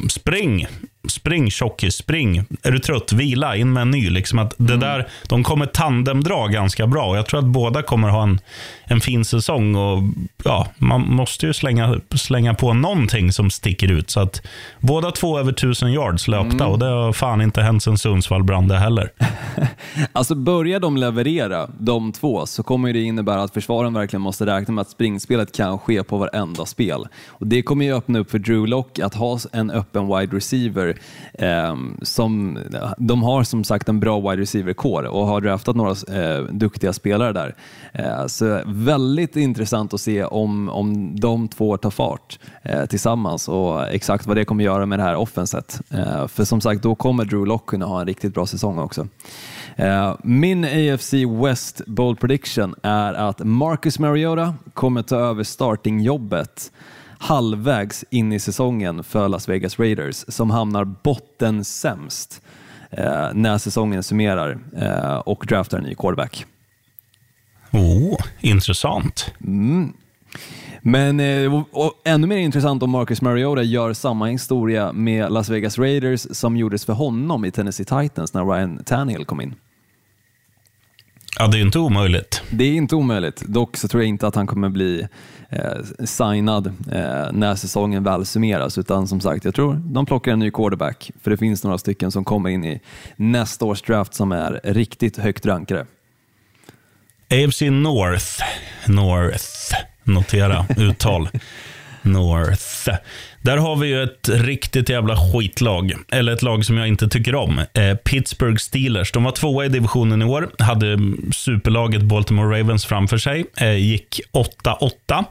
spring tjockis, spring. Är du trött? Vila, in med en ny. Liksom att det där, de kommer tandemdra ganska bra. Och jag tror att båda kommer ha en fin säsong. Och ja, man måste ju slänga på någonting som sticker ut. Så att båda 2 över 1000 yards löpta. Och det har fan inte hänt sen Sundsvall brann det heller. Alltså börjar de leverera, de 2, så kommer det innebära att försvaren verkligen måste räkna med att springspelet kan ske på varenda spel. Och det kommer ju öppna upp för Drew Lock att ha en öppen wide receiver. Som de har som sagt en bra wide receiver-core och har draftat några duktiga spelare där. Så väldigt intressant att se om de 2 tar fart tillsammans och exakt vad det kommer göra med det här offenset. För som sagt, då kommer Drew Lock kunna ha en riktigt bra säsong också. Min AFC West bold prediction är att Marcus Mariota kommer ta över startingjobbet halvvägs in i säsongen för Las Vegas Raiders, som hamnar botten sämst när säsongen summerar och draftar en ny quarterback. Intressant. Men och ännu mer intressant om Marcus Mariota gör samma historia med Las Vegas Raiders som gjordes för honom i Tennessee Titans när Ryan Tannehill kom in. Ja, det är inte omöjligt. Det är inte omöjligt. Dock så tror jag inte att han kommer bli signad när säsongen väl summeras. Utan som sagt, jag tror de plockar en ny quarterback. För det finns några stycken som kommer in i nästa års draft som är riktigt högt rankade. AFC North. Notera uttal. North. Där har vi ju ett riktigt jävla skitlag. Eller ett lag som jag inte tycker om. Pittsburgh Steelers. De var 2 i divisionen i år. Hade superlaget Baltimore Ravens framför sig. Gick 8-8.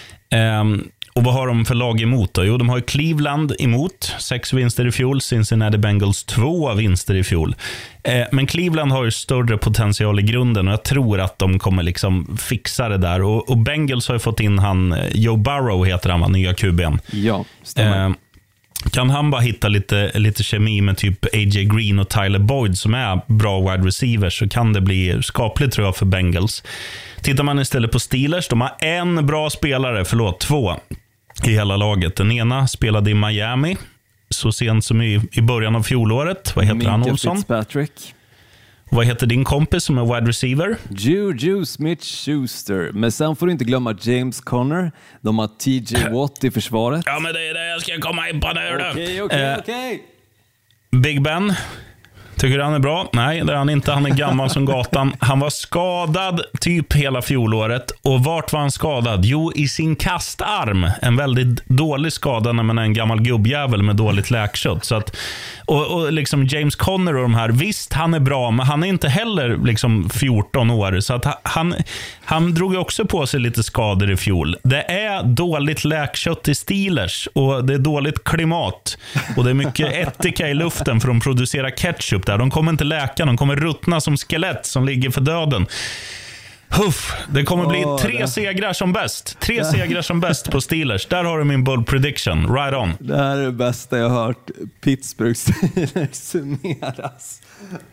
Och vad har de för lag emot då? Jo, de har ju Cleveland emot. 6 vinster i fjol. Cincinnati Bengals 2 vinster i fjol. Men Cleveland har ju större potential i grunden och jag tror att de kommer liksom fixa det där. Och Bengals har ju fått in han, Joe Burrow heter han, nya QB:n. Ja, stämmer. Kan han bara hitta lite kemi med typ AJ Green och Tyler Boyd som är bra wide receivers, så kan det bli skapligt tror jag för Bengals. Tittar man istället på Steelers, de har en bra spelare, 2 i hela laget. Den ena spelade i Miami så sent som i början av fjolåret. Vad heter han, Olsson? Fitzpatrick. Vad heter din kompis som är wide receiver? Juju Smith-Schuster. Men sen får du inte glömma James Conner. De har TJ Watt i försvaret. Ja, men det är det jag ska komma in på nu. Okej. Big Ben. Tycker du han är bra? Nej, det är han inte. Han är gammal som gatan. Han var skadad typ hela fjolåret. Och vart var han skadad? Jo, i sin kastarm. En väldigt dålig skada när man är en gammal gubbjävel med dåligt läkkött. Så att, och liksom James Conner och de här, visst han är bra, men han är inte heller liksom 14 år. Så att han drog också på sig lite skador i fjol. Det är dåligt läkkött i Steelers och det är dåligt klimat. Och det är mycket ättika i luften för att producera ketchup där. De kommer inte läka, de kommer ruttna som skelett som ligger för döden. Huff, det kommer bli 3 segrar som bäst. 3 segrar som bäst på Steelers. Där har du min bold prediction. Right on. Det här är det bästa jag har hört. Pittsburgh Steelers summeras.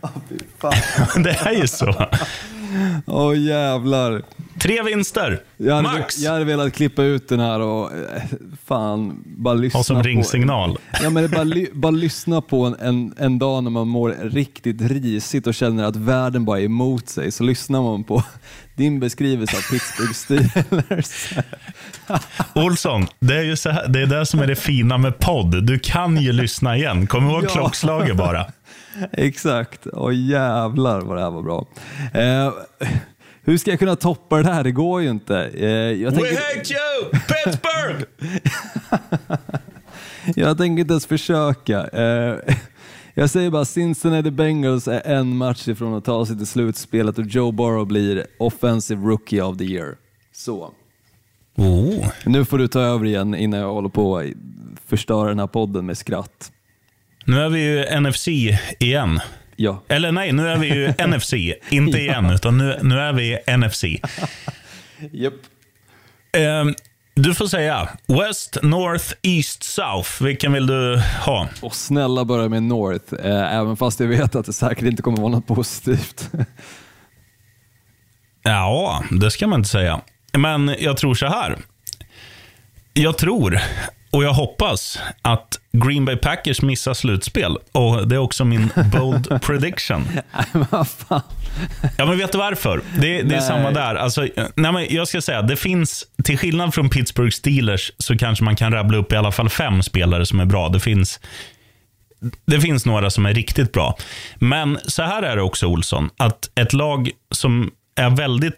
Det är ju så. Jävlar. 3 vinster. Max. Jag hade velat klippa ut den här och fan bara lyssna. Och som ringsignal. Ja, men bara lyssna på en dag när man mår riktigt risigt och känner att världen bara är emot sig. Så lyssnar man på din beskrivelse av Pittsburgh Steelers. Olsson, det är ju så här, det är det som är det fina med podd. Du kan ju lyssna igen. Kom ihåg klockslaget bara. Exakt. Jävlar vad det här var bra. Hur ska jag kunna toppa det här? Det går ju inte. We hate you, Pittsburgh! Jag tänker inte ens försöka. Jag säger bara Cincinnati Bengals är en match ifrån att ta sig till slutspelet och Joe Burrow blir Offensive Rookie of the Year. Så. Nu får du ta över igen innan jag håller på att förstöra den här podden med skratt. Nu är vi ju NFC igen. Ja. Eller nej, nu är vi ju NFC. Inte igen, utan nu är vi NFC. Japp. Du får säga West, North, East, South. Vilken vill du ha? Och snälla börja med North. Även fast jag vet att det säkert inte kommer vara något positivt. Ja, det ska man inte säga. Men jag tror så här. Jag tror och jag hoppas att Green Bay Packers missar slutspel. Och det är också min bold prediction. Vad fan? Ja, men vet du varför? Det är samma där. Alltså, nej, men jag ska säga, det finns, till skillnad från Pittsburgh Steelers, så kanske man kan rabbla upp i alla fall 5 spelare som är bra. Det finns några som är riktigt bra. Men så här är det också, Olsson, att ett lag som är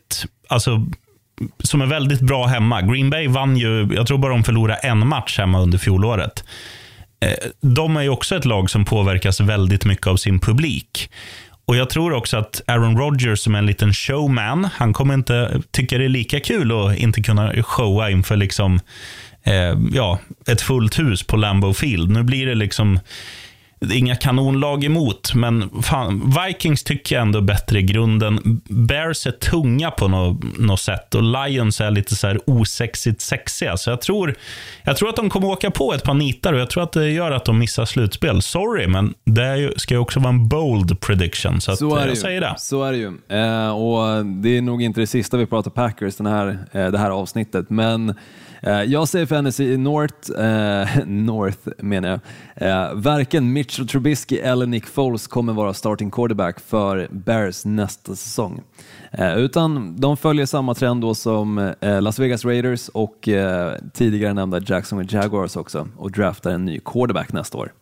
väldigt bra hemma. Green Bay vann ju, jag tror bara de förlorade en match hemma under fjolåret. De är ju också ett lag som påverkas väldigt mycket av sin publik. Och jag tror också att Aaron Rodgers, som är en liten showman, han kommer inte tycka det är lika kul att inte kunna showa inför liksom, ett fullt hus på Lambeau Field. Nu blir det liksom inga kanonlag emot, men fan, Vikings tycker jag ändå bättre i grunden. Bears är tunga på något sätt och Lions är lite så här osexigt sexiga. Så jag tror att de kommer åka på ett par nitar och jag tror att det gör att de missar slutspel. Sorry, men det ska ju också vara en bold prediction, så jag säger det. Så är det ju. Och det är nog inte det sista vi pratar Packers det här avsnittet, men Jag säger för NFC North menar jag. Varken Mitchell Trubisky eller Nick Foles kommer vara starting quarterback för Bears nästa säsong. Utan de följer samma trend då som Las Vegas Raiders och tidigare nämnda Jacksonville Jaguars också, och draftar en ny quarterback nästa år.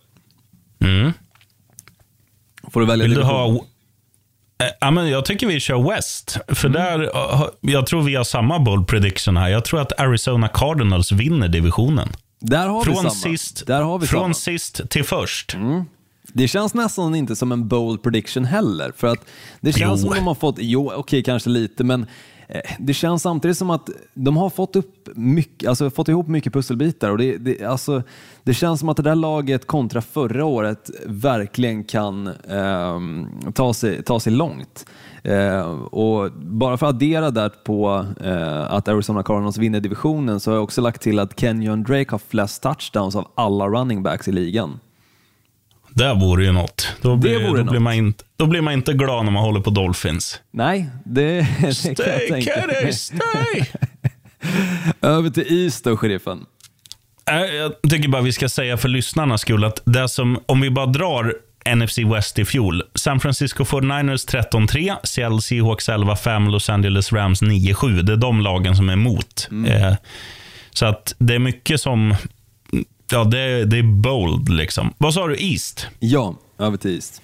Får du välja. Vill du ha... Ja, men jag tycker vi kör West. För där, jag tror vi har samma bold prediction här. Jag tror att Arizona Cardinals vinner divisionen. Där har vi från sist till först. Det känns nästan inte som en bold prediction heller. För att det känns som de har fått... okej, kanske lite, men... Det känns samtidigt som att de har fått upp mycket, alltså fått ihop mycket pusselbitar, och det känns som att det där laget kontra förra året verkligen kan ta sig långt. Och bara för att addera där på att Arizona Cardinals vinner divisionen, så har jag också lagt till att Kenyon Drake har flest touchdowns av alla running backs i ligan. Det vore ju något. Då blir man inte glad när man håller på Dolphins. Nej, det kan jag tänka. Stay! Över till East då, sheriffen. Jag tycker bara vi ska säga för lyssnarnas skull att det som, om vi bara drar NFC West i fjol: San Francisco 49ers 13-3, Seattle Seahawks 11-5, Los Angeles Rams 9-7. Det är de lagen som är emot. Så att det är mycket som... Ja, det är bold liksom. Vad sa du, East? Ja, över till East.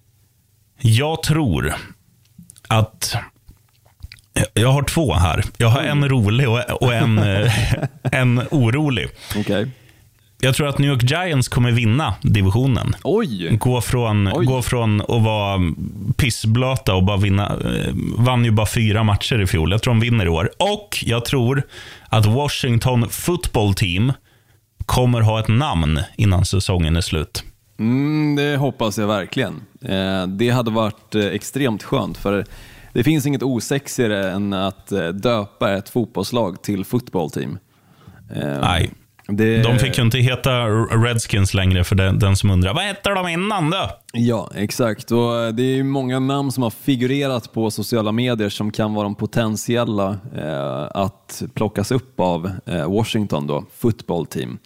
Jag tror att... Jag har två här. Jag har en rolig och en orolig. Okay. Jag tror att New York Giants kommer vinna divisionen. Oj. Gå från att vara pissblöta och bara vinna. Vann ju bara 4 matcher i fjol. Jag tror de vinner i år. Och jag tror att Washington Football Team kommer ha ett namn innan säsongen är slut. Det hoppas jag verkligen. Det hade varit extremt skönt, för det finns inget osexigare än att döpa ett fotbollslag till football team. Nej. De fick ju inte heta Redskins längre, för den som undrar, vad heter de innan då? Ja, exakt. Och det är många namn som har figurerat på sociala medier som kan vara de potentiella att plockas upp av Washington då, football team.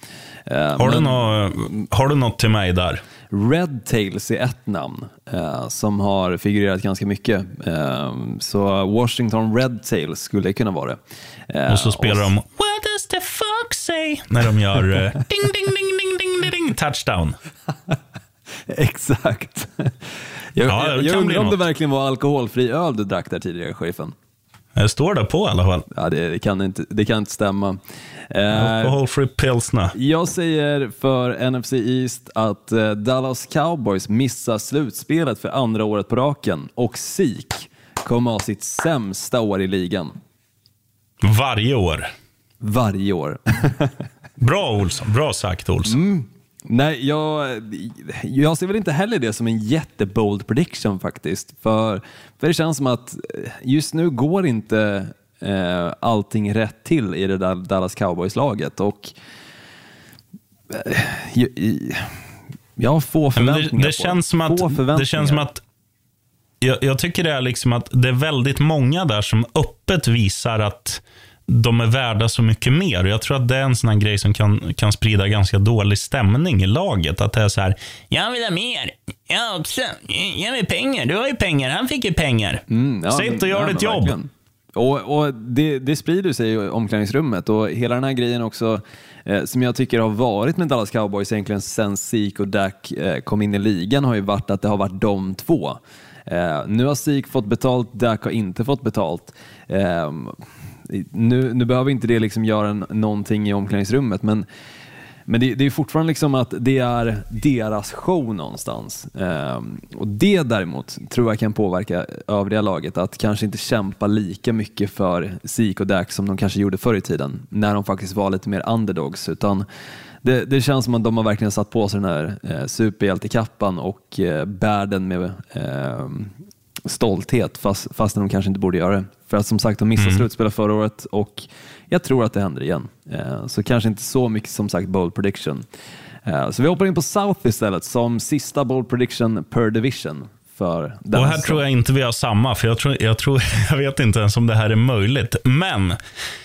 Har du något till mig där? Red Tails är ett namn som har figurerat ganska mycket. Så Washington Red Tails skulle kunna vara det. Och så spelar de What does the fox say? När de gör ding, ding, ding, ding, ding, ding, touchdown. Exakt. Jag undrar om det verkligen var alkoholfri öl du drack där tidigare, chefen. Det står där på i alla fall. Ja, det kan inte stämma. Alcohol-free pilsner. Jag säger för NFC East att Dallas Cowboys missar slutspelet för andra året på raken, och Zeke kommer ha sitt sämsta år i ligan. Varje år. Bra, Olsson. Bra sagt, Olsson. Nej, jag ser väl inte heller det som en jättebold prediction faktiskt. För det känns som att just nu går inte allting rätt till i det där Dallas Cowboys-laget. Och jag har få förväntningar det känns som att jag tycker det är liksom att det är väldigt många där som öppet visar att de är värda så mycket mer. Och jag tror att det är en sån här grej som kan sprida ganska dålig stämning i laget. Att det är så här, jag vill ha mer. Jag också. Jag vill pengar. Du har ju pengar. Han fick ju pengar. Sitt och gör ditt jobb. Verkligen. Och det sprider sig i omklädningsrummet. Och hela den här grejen också som jag tycker har varit med Dallas Cowboys egentligen sen Zeke och Dak kom in i ligan, har ju varit att det har varit de två. Nu har Zeke fått betalt, Dak har inte fått betalt. Nu behöver inte det liksom göra någonting i omklädningsrummet, men det är fortfarande liksom att det är deras show någonstans. Och det däremot tror jag kan påverka övriga laget att kanske inte kämpa lika mycket för Zeke och Dak som de kanske gjorde förr i tiden, när de faktiskt var lite mer underdogs, utan det känns som att de har verkligen satt på sig den här superhjältekappan och bär den med stolthet, fast de kanske inte borde göra det. För att som sagt, de missade slutspel förra året, och jag tror att det händer igen. Så kanske inte så mycket som sagt bold prediction. Så vi hoppar in på South istället som sista bold prediction per division. Och här tror jag inte vi har samma, för jag vet inte ens om det här är möjligt. Men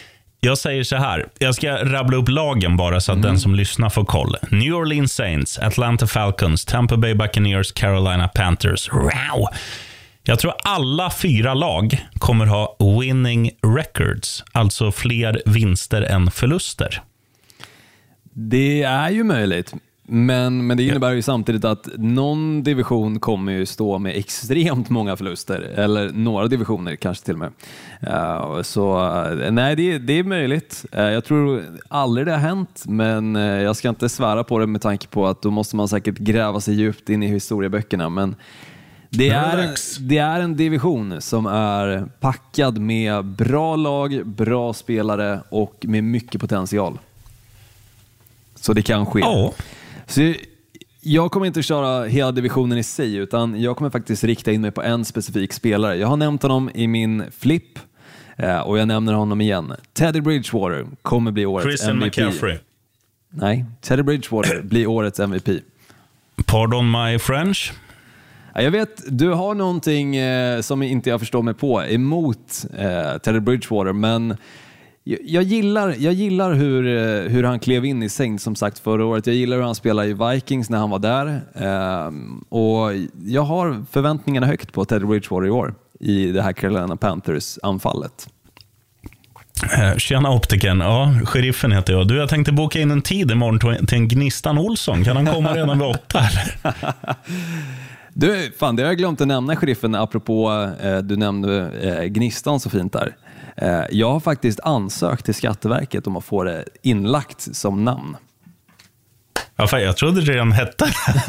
Jag säger så här. Jag ska rabbla upp lagen bara så att den som lyssnar får koll. New Orleans Saints, Atlanta Falcons, Tampa Bay Buccaneers, Carolina Panthers. Wow! Jag tror alla 4 lag kommer ha winning records. Alltså fler vinster än förluster. Det är ju möjligt. Men det innebär ju samtidigt att någon division kommer ju stå med extremt många förluster. Eller några divisioner kanske till och med. Så nej, det är möjligt. Jag tror aldrig det har hänt. Men jag ska inte svära på det med tanke på att då måste man säkert gräva sig djupt in i historieböckerna. Men det är en division som är packad med bra lag, bra spelare och med mycket potential. Så det kan ske. Ja. Så jag kommer inte att köra hela divisionen i sig, utan jag kommer faktiskt rikta in mig på en specifik spelare. Jag har nämnt honom i min flip och jag nämner honom igen. Teddy Bridgewater kommer bli årets Christian MVP. McCaffrey. Nej, Teddy Bridgewater blir årets MVP. Pardon my French. Jag vet, du har någonting som inte jag förstår mig på emot Teddy Bridgewater, men jag gillar hur han klev in i Saints som sagt förra året. Jag gillar hur han spelade i Vikings när han var där. Och jag har förväntningarna högt på Teddy Bridgewater i år i det här Carolina Panthers-anfallet. Tjena optiken, ja, sheriffen heter jag. Du, jag tänkte boka in en tid imorgon till en Gnistan Olsson. Kan han komma redan vid 8 eller? Du, fan, det har jag glömt att nämna, sheriffen, apropå du nämnde Gnistan så fint där. Jag har faktiskt ansökt till Skatteverket om att få det inlagt som namn. Ja, fan, jag trodde det redan hette.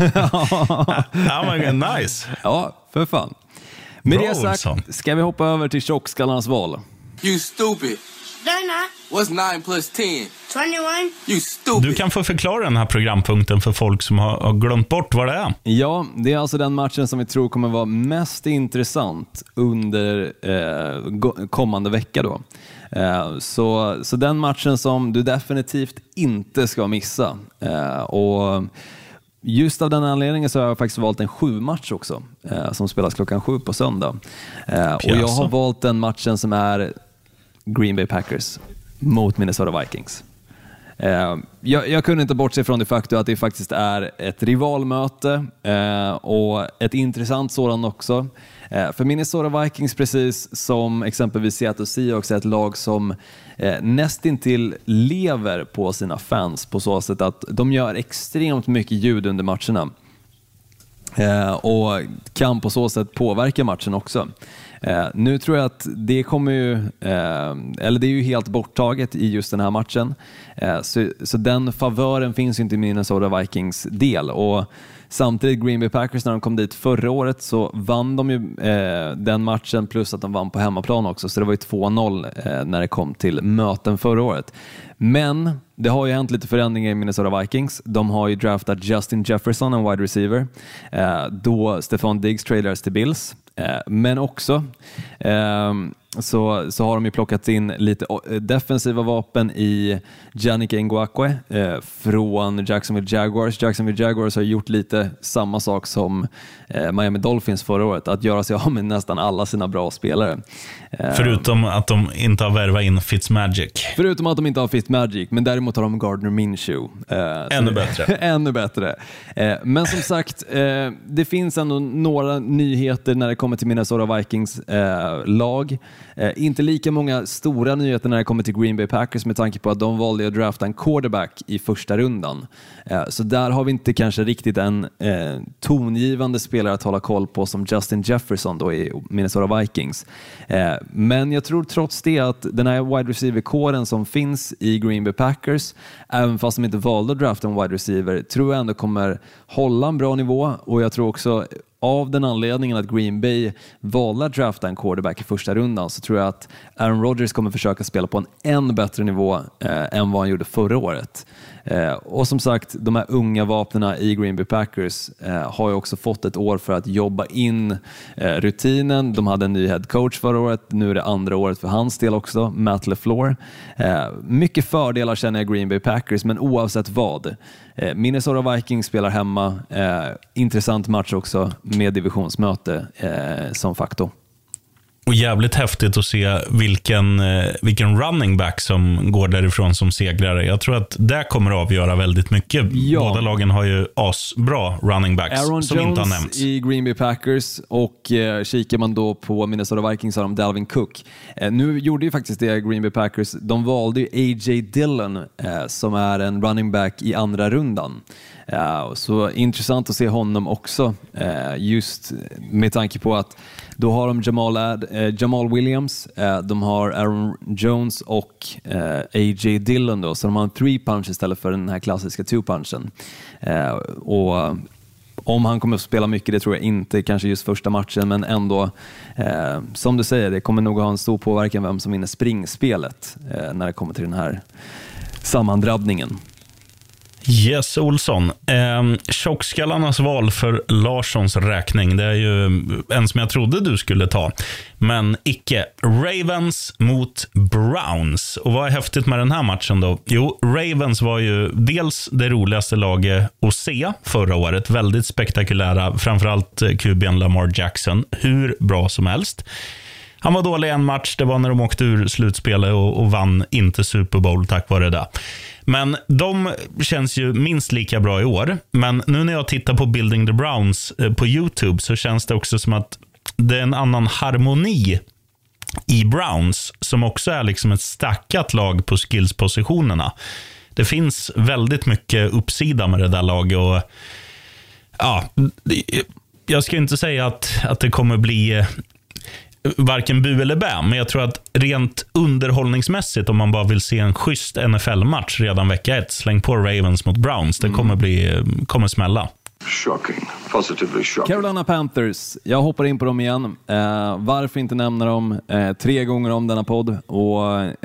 Nice. Ja, för fan. Med Bra, det sagt Olsson. ska vi hoppa över till tjockskallarnas val. You stupid. They're not. What's 9 plus 10? 21. You stupid. Du kan få förklara den här programpunkten för folk som har glömt bort vad det är. Ja, det är alltså den matchen som vi tror kommer vara mest intressant under kommande vecka då. Så den matchen som du definitivt inte ska missa. Och just av den anledningen så har jag faktiskt valt en 7-match också som spelas klockan 7 på söndag. Och jag har valt den matchen som är Green Bay Packers mot Minnesota Vikings. Jag kunde inte bortse från det faktum att det faktiskt är ett rivalmöte och ett intressant sådant också. För Minnesota Vikings, precis som exempelvis Seattle Seahawks, är ett lag som nästintill lever på sina fans på så sätt att de gör extremt mycket ljud under matcherna. Och kan på så sätt påverka matchen också. Nu tror jag att det kommer ju, eller det är ju helt borttaget i just den här matchen. Så den favören finns ju inte i Minnesota Vikings del. Och samtidigt Green Bay Packers, när de kom dit förra året så vann de ju den matchen, plus att de vann på hemmaplan också. Så det var ju 2-0 när det kom till möten förra året. Men det har ju hänt lite förändringar i Minnesota Vikings. De har ju draftat Justin Jefferson, en wide receiver. Då Stefan Diggs tradades till Bills. Men också så har de ju plockat in lite defensiva vapen i Yannick Ngakoue från Jacksonville Jaguars. Jacksonville Jaguars har gjort lite samma sak som Miami Dolphins förra året, att göra sig av med nästan alla sina bra spelare. Förutom att de inte har värvat in Fitzmagic. Förutom att de inte har Fitzmagic, men däremot har de Gardner Minshew. Ännu bättre. Ännu bättre. Men som sagt, det finns ändå några nyheter när det kommer till Minnesota Vikings lag. Inte lika många stora nyheter när det kommer till Green Bay Packers, med tanke på att de valde att drafta en quarterback i första rundan. Så där har vi inte kanske riktigt en tongivande spelare att hålla koll på som Justin Jefferson då i Minnesota Vikings. Men jag tror trots det att den här wide receiver-kåren som finns i Green Bay Packers, även fast de inte valde att drafta en wide receiver, tror jag ändå kommer hålla en bra nivå. Och jag tror också, av den anledningen att Green Bay valde att drafta en quarterback i första rundan, så tror jag att Aaron Rodgers kommer försöka spela på en än bättre nivå än vad han gjorde förra året. Och som sagt, de här unga vapnena i Green Bay Packers har ju också fått ett år för att jobba in rutinen. De hade en ny head coach förra året, nu är det andra året för hans del också, Matt LaFleur. Mycket fördelar känner jag Green Bay Packers, men oavsett vad. Minnesota Vikings spelar hemma, intressant match också med divisionsmöte som faktor. Och jävligt häftigt att se vilken running back som går därifrån som segrare. Jag tror att det kommer att avgöra väldigt mycket. Ja. Båda lagen har ju asbra running backs Aaron som Jones inte har nämnts. I Green Bay Packers och kikar man då på Minnesota Vikings har de Dalvin Cook. Nu gjorde ju faktiskt det Green Bay Packers. De valde ju A.J. Dillon som är en running back i andra rundan. Så intressant att se honom också, just med tanke på att då har de Jamal Williams, de har Aaron Jones och A.J. Dillon då, så de har en 3-punch istället för den här klassiska 2-punchen. Och om han kommer att spela mycket, det tror jag inte, kanske just första matchen, men ändå, som du säger, det kommer nog ha en stor påverkan vem som vinner springspelet när det kommer till den här sammandrabbningen. Yes, Olsson. Tjockskallarnas val för Larssons räkning. Det är ju en som jag trodde du skulle ta. Men icke. Ravens mot Browns. Och vad är häftigt med den här matchen då? Jo, Ravens var ju dels det roligaste laget att se förra året. Väldigt spektakulära. Framförallt QB:n Lamar Jackson. Hur bra som helst. Han var dålig en match. Det var när de åkte ur slutspelet och vann inte Super Bowl tack vare det. Men de känns ju minst lika bra i år. Men nu när jag tittar på Building the Browns på YouTube så känns det också som att det är en annan harmoni i Browns som också är liksom ett stackat lag på skillspositionerna. Det finns väldigt mycket uppsida med det där laget och ja, jag ska inte säga att det kommer bli varken bu eller bä, men jag tror att rent underhållningsmässigt, om man bara vill se en schysst NFL-match redan vecka 1, släng på Ravens mot Browns. Det kommer smälla. Shocking. Positively shocking. Carolina Panthers. Jag hoppar in på dem igen. Varför inte nämna dem 3 gånger om denna podd? Och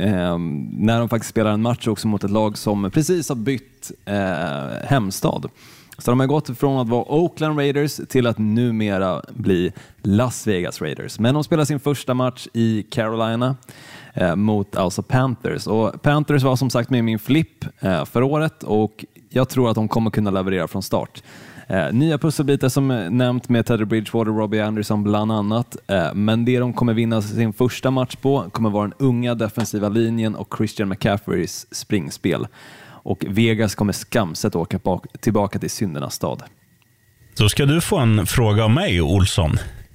när de faktiskt spelar en match också mot ett lag som precis har bytt hemstad. Så de har gått från att vara Oakland Raiders till att numera bli Las Vegas Raiders. Men de spelar sin första match i Carolina mot alltså Panthers. Och Panthers var som sagt med i min flipp för året och jag tror att de kommer kunna leverera från start. Nya pusselbitar som nämnt med Teddy Bridgewater och Robbie Anderson bland annat. Men det de kommer vinna sin första match på kommer vara den unga defensiva linjen och Christian McCaffreys springspel. Och Vegas kommer skamset åka tillbaka till syndernas stad. Så ska du få en fråga av mig, Olsson.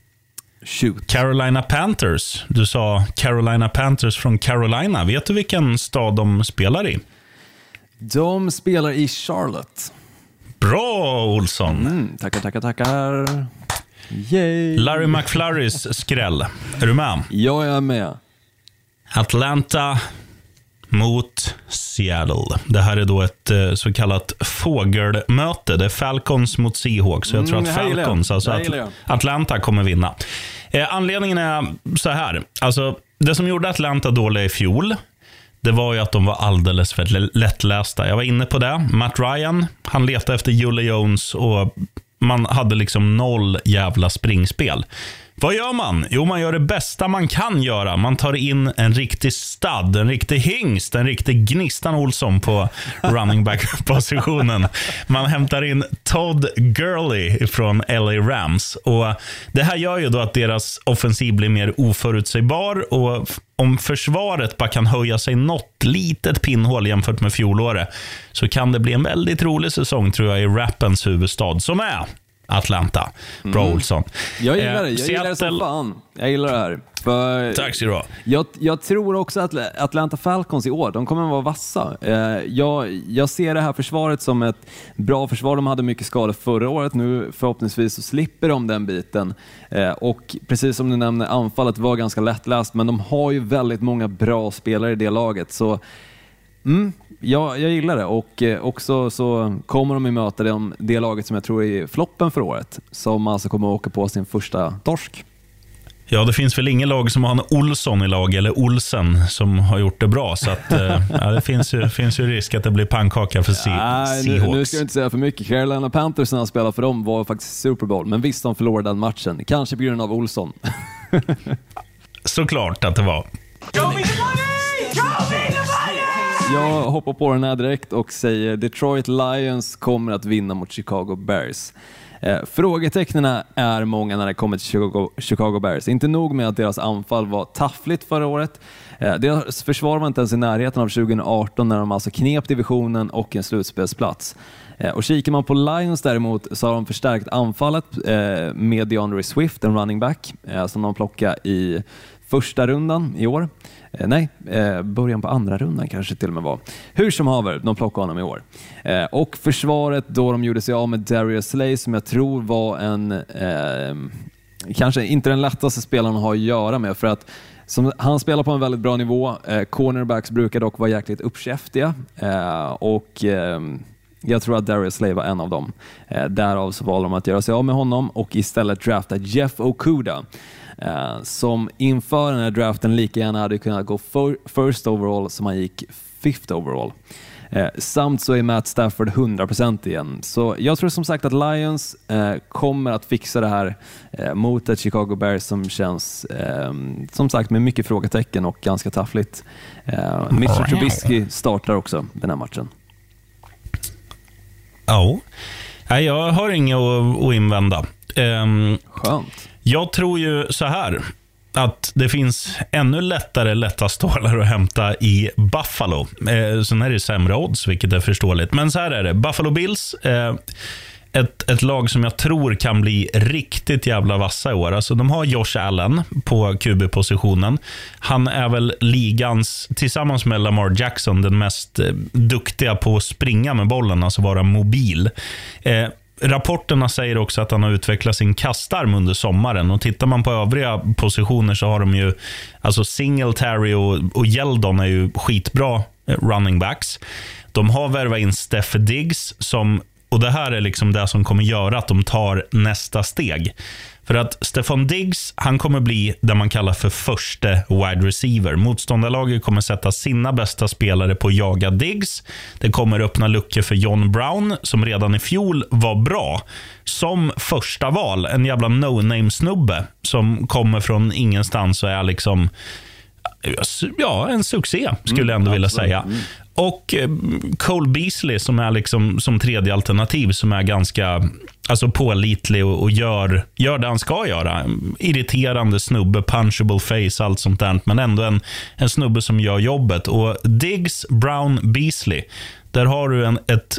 Shoot. Carolina Panthers. Du sa Carolina Panthers från Carolina. Vet du vilken stad de spelar i? De spelar i Charlotte. Bra, Olsson. Tackar. Yay. Larry McFlurrys skräll. Är du med? Jag är med. Atlanta mot Seattle. Det här är då ett så kallat fågelmöte. Det är Falcons mot Seahawks. Så jag tror att Falcons, alltså Atlanta, kommer vinna. Anledningen är så här. Alltså, det som gjorde Atlanta dåliga i fjol, det var ju att de var alldeles för lättlästa. Jag var inne på det. Matt Ryan, han letade efter Julio Jones och man hade liksom 0 jävla springspel. Vad gör man? Jo, man gör det bästa man kan göra. Man tar in en riktig stad, en riktig hingst, en riktig Gnistan Olsson på running back-positionen. Man hämtar in Todd Gurley från LA Rams. Och det här gör ju då att deras offensiv blir mer oförutsägbar. Och om försvaret bara kan höja sig något litet pinnhål jämfört med fjolåret, så kan det bli en väldigt rolig säsong, tror jag, i Rappens huvudstad, som är Atlanta. Bra, Olsson. Jag gillar det. Jag gillar det som fan. Jag gillar det här. Tack så du ha. Jag tror också att Atlanta Falcons i år, de kommer att vara vassa. Jag ser det här försvaret som ett bra försvar. De hade mycket skador förra året. Nu förhoppningsvis så slipper de den biten. Och precis som du nämnde, anfallet var ganska lättläst, men de har ju väldigt många bra spelare i det laget. Så jag gillar det, och också så kommer de att möta det laget som jag tror är floppen för året, som alltså kommer att åka på sin första torsk. Ja, det finns väl ingen lag som har en Olsson i lag, eller Olsen, som har gjort det bra, så att ja, det finns ju risk att det blir pannkaka för Seahawks. Nu ska jag inte säga för mycket. Carolina Panthers, när han spelade för dem, var faktiskt Super Bowl, men visst, de förlorade den matchen, kanske på grund av Olsson. Såklart att det var. Show me the money! Show me the money! Jag hoppar på den här direkt och säger Detroit Lions kommer att vinna mot Chicago Bears. Frågetecknen är många när det kommer till Chicago Bears. Inte nog med att deras anfall var taffligt förra året. Deras försvar var inte ens i närheten av 2018 när de alltså knep divisionen och en slutspelsplats. Och kikar man på Lions däremot så har de förstärkt anfallet med DeAndre Swift, en running back, som de plockade i första rundan i år. Början på andra rundan kanske till och med var. Hur som haver, de plockade honom i år. Och försvaret då de gjorde sig av med Darius Slay som jag tror var en kanske inte den lättaste spelaren att ha att göra med, för att han spelar på en väldigt bra nivå. Cornerbacks brukar dock vara jäkligt uppkäftiga och jag tror att Darius Slay var en av dem. Därav så valde de att göra sig av med honom och istället drafta Jeff Okudah, som inför den här draften lika gärna hade kunnat gå first overall som han gick fifth overall. Samt så är Matt Stafford 100% igen. Så jag tror som sagt att Lions kommer att fixa det här mot ett Chicago Bears som känns som sagt med mycket frågetecken och ganska taffligt. Mitchell Trubisky startar också den här matchen. Ja, jag har inget att invända. Skönt. Jag tror ju så här att det finns ännu lätta stålar att hämta i Buffalo. Sen är det sämre odds, vilket är förståeligt. Men så här är det. Buffalo Bills, ett lag som jag tror kan bli riktigt jävla vassa i år. Alltså, de har Josh Allen på QB-positionen. Han är väl ligans, tillsammans med Lamar Jackson, den mest duktiga på att springa med bollen, alltså vara mobil. Rapporterna säger också att han har utvecklat sin kastarm under sommaren, och tittar man på övriga positioner så har de ju, alltså Singletary och Yeldon är ju skitbra running backs. De har värvat in Steph Diggs och det här är liksom det som kommer göra att de tar nästa steg. För att Stefon Diggs, han kommer bli det man kallar för första wide receiver. Motståndarlaget kommer sätta sina bästa spelare på att jaga Diggs. Det kommer öppna luckor för John Brown, som redan i fjol var bra som första val. En jävla no-name-snubbe som kommer från ingenstans och är liksom, ja, en succé skulle jag ändå vilja säga. Och Cole Beasley som är liksom som tredje alternativ, som är ganska pålitlig och gör det han ska göra. Irriterande snubbe, punchable face, allt sånt där, men ändå en snubbe som gör jobbet. Och Diggs, Brown, Beasley, där har du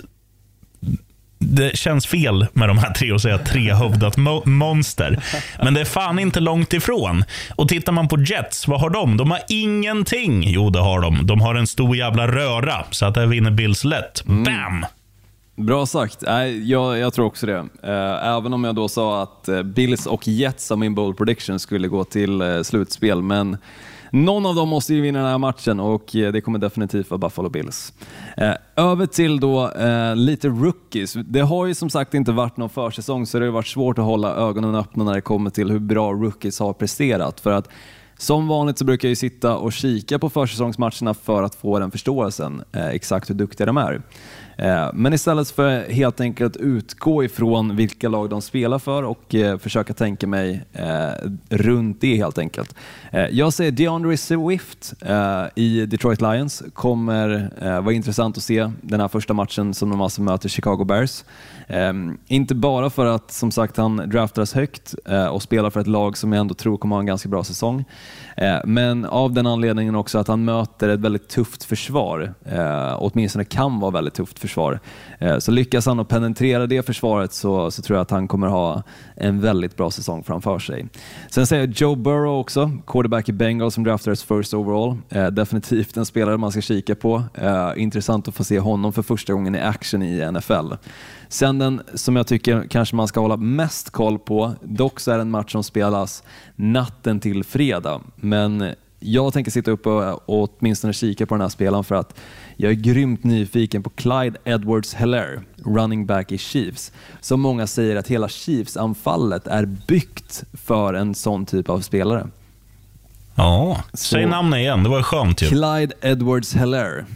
det känns fel med de här tre och säga trehövdat monster. Men det är fan inte långt ifrån. Och tittar man på Jets, vad har de? De har ingenting. Jo, det har de. De har en stor jävla röra, så att det vinner Bills lätt. Bam! Bra sagt. Jag tror också det. Även om jag då sa att Bills och Jets som min bold prediction skulle gå till slutspel. Men någon av dem måste ju vinna den här matchen, och det kommer definitivt vara Buffalo Bills. Över till då lite rookies. Det har ju som sagt inte varit någon försäsong, så det har varit svårt att hålla ögonen öppna när det kommer till hur bra rookies har presterat. För att som vanligt så brukar jag ju sitta och kika på försäsongsmatcherna för att få den förståelsen, exakt hur duktiga de är. Men istället för helt enkelt utgå ifrån vilka lag de spelar för och försöka tänka mig runt det helt enkelt. Jag säger DeAndre Swift i Detroit Lions kommer vara intressant att se den här första matchen som de alltså möter Chicago Bears. Inte bara för att som sagt han draftades högt och spelar för ett lag som jag ändå tror kommer ha en ganska bra säsong, men av den anledningen också att han möter ett väldigt tufft försvar, åtminstone kan vara väldigt tufft försvar. Så lyckas han att penetrera det försvaret så tror jag att han kommer ha en väldigt bra säsong framför sig. Sen säger jag Joe Burrow också, quarterback i Bengals som draftades first overall. Definitivt en spelare man ska kika på. Intressant att få se honom för första gången i action i NFL. Sen den som jag tycker kanske man ska hålla mest koll på, dock så är en match som spelas natten till fredag. Men jag tänker sitta upp och åtminstone kika på den här spelaren för att jag är grymt nyfiken på Clyde Edwards-Helaire, running back i Chiefs. Som många säger att hela Chiefs-anfallet är byggt för en sån typ av spelare. Ja, säg namnet igen, det var skönt ju. Clyde Edwards-Helaire.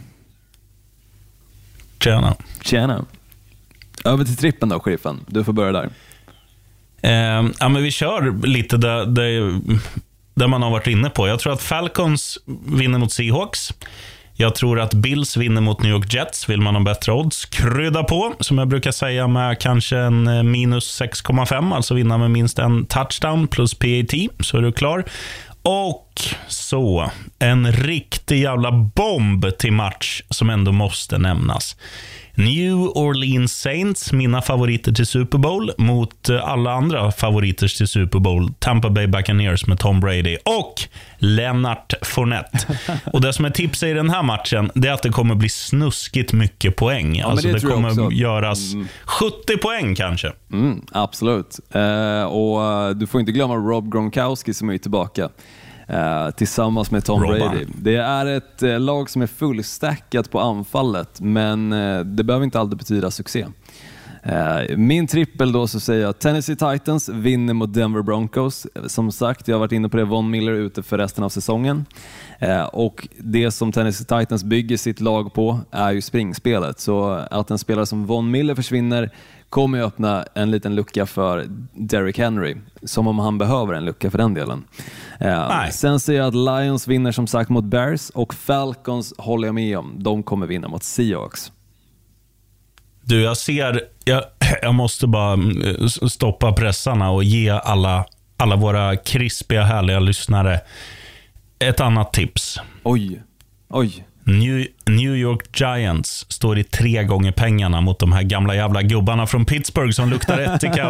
Tjena. Över till trippen då, sheriffen. Du får börja där. Ja, men vi kör lite där man har varit inne på. Jag tror att Falcons vinner mot Seahawks. Jag tror att Bills vinner mot New York Jets. Vill man ha bättre odds, krydda på, som jag brukar säga, med kanske en minus 6,5, alltså vinna med minst en touchdown plus PAT, så är du klar. Och så en riktig jävla bomb till match som ändå måste nämnas. New Orleans Saints, mina favoriter till Super Bowl, mot alla andra favoriter till Super Bowl, Tampa Bay Buccaneers med Tom Brady och Leonard Fournette. Och det som är tips i den här matchen, det är att det kommer bli snuskigt mycket poäng. Ja, alltså det kommer göras 70 poäng kanske. Absolut. Och du får inte glömma Rob Gronkowski som är tillbaka. Tillsammans med Tom Brady. Det är ett lag som är fullstackat på anfallet, men det behöver inte alltid betyda succé. Min trippel då, så säger jag Tennessee Titans vinner mot Denver Broncos. Som sagt, jag har varit inne på det, Von Miller ute för resten av säsongen. Och det som Tennessee Titans bygger sitt lag på är ju springspelet. Så att en spelare som Von Miller försvinner kommer ju öppna en liten lucka för Derrick Henry, som om han behöver en lucka för den delen. Sen ser jag att Lions vinner som sagt mot Bears, och Falcons håller jag med om. De kommer vinna mot Seahawks. Du, jag måste bara stoppa pressarna och ge alla våra krispiga, härliga lyssnare ett annat tips. Oj. New York Giants står i 3 gånger pengarna mot de här gamla jävla gubbarna från Pittsburgh som luktar ättika.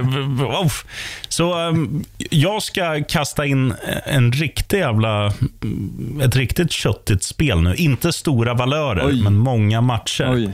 Så jag ska kasta in ett riktigt köttigt spel nu. Inte stora valörer, men många matcher.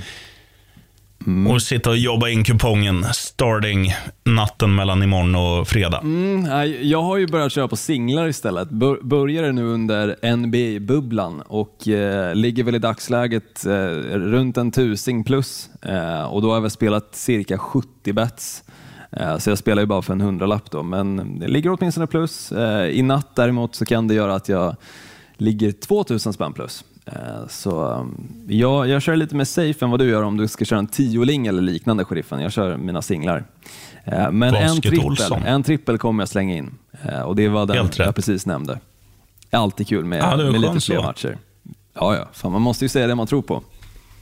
Och sitta och jobba in kupongen starting natten mellan imorgon och fredag. Jag har ju börjat köra på singlar istället. Började nu under NBA-bubblan och ligger väl i dagsläget runt 1000 plus. Och då har jag väl spelat cirka 70 bets. Så jag spelar ju bara för en 100-lapp då. Men det ligger åtminstone plus. I natt däremot så kan det göra att jag ligger 2000 spänn plus. Så jag kör lite mer safe än vad du gör om du ska köra en 10-ling eller liknande, sheriffen. Jag kör mina singlar. Men en trippel kommer jag slänga in. Och det var den jag precis nämnde. Alltid kul med lite fler matcher. Ja, fan, man måste ju säga det man tror på.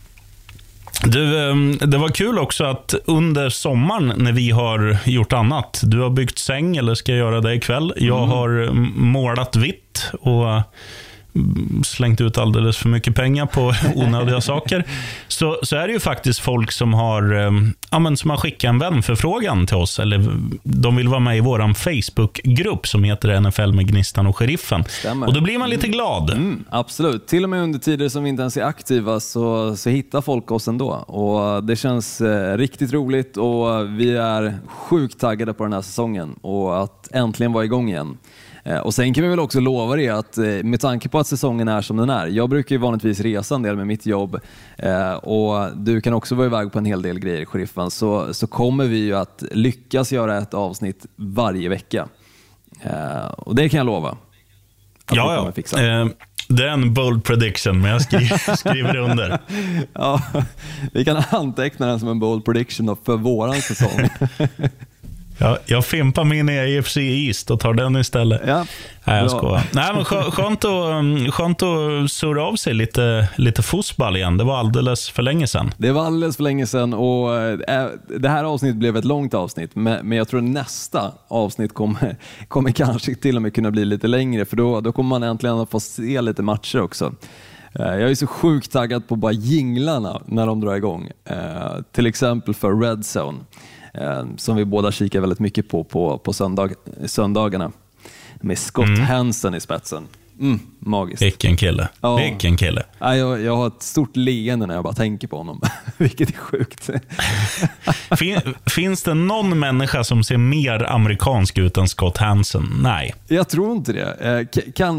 Du, det var kul också att under sommaren när vi har gjort annat, du har byggt säng eller ska göra det ikväll. Jag har målat vitt och slängt ut alldeles för mycket pengar på onödiga saker, så är det ju faktiskt folk som har skickat en vänförfrågan till oss, eller de vill vara med i våran Facebookgrupp som heter NFL med Gnistan och Sheriffen. Stämmer. Och då blir man lite glad. Absolut, till och med under tider som vi inte ens är aktiva så hittar folk oss ändå, och det känns riktigt roligt, och vi är sjukt taggade på den här säsongen och att äntligen vara igång igen. Och sen kan vi väl också lova det att med tanke på att säsongen är som den är, jag brukar ju vanligtvis resa en del med mitt jobb, och du kan också vara iväg på en hel del grejer, sheriffen, så kommer vi ju att lyckas göra ett avsnitt varje vecka. Och det kan jag lova. Ja. Det är en bold prediction, men jag skriver under. Ja, vi kan anteckna den som en bold prediction för våran säsong. Ja, jag fimpar min i AFC East och tar den istället. Ja, nej, jag skojar. Nej, men skönt att surra av sig lite fotboll igen. Det var alldeles för länge sedan. Det var alldeles för länge sedan, och det här avsnittet blev ett långt avsnitt, men jag tror nästa avsnitt kommer kanske till och med kunna bli lite längre, för då kommer man äntligen att få se lite matcher också. Jag är så sjukt taggad på bara jinglarna när de drar igång. Till exempel för Red Zone, som vi båda kikar väldigt mycket på söndagarna med Scott Hansen i spetsen. Magiskt. Vilken kille. Ja. Vilken kille. Jag har ett stort leende när jag bara tänker på honom. Vilket är sjukt. Finns det någon människa som ser mer amerikansk ut än Scott Hansen? Nej. Jag tror inte det.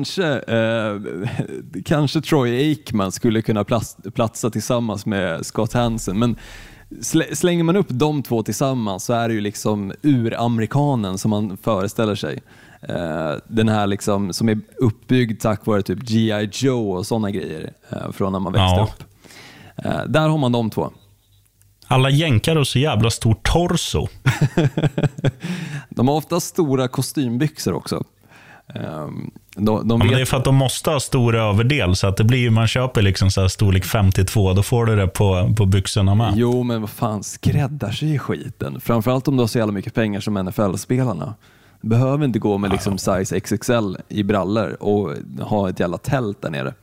Kanske Troy Aikman skulle kunna platsa tillsammans med Scott Hansen, men slänger man upp de två tillsammans så är det ju liksom uramerikanen som man föreställer sig. Den här liksom som är uppbyggd tack vare typ G.I. Joe och sådana grejer från när man växte upp. Där har man de två. Alla jänkar och så jävla stor torso. De har ofta stora kostymbyxor också. Men det är för att de måste ha stora överdel, så att det blir, man köper liksom så här storlek 52, då får du det på byxorna med. Jo, men vad fan, skräddarsy skiten. Framförallt om du har så jävla mycket pengar som NFL-spelarna. Du behöver inte gå med liksom size XXL i brallor och ha ett jävla tält där nere.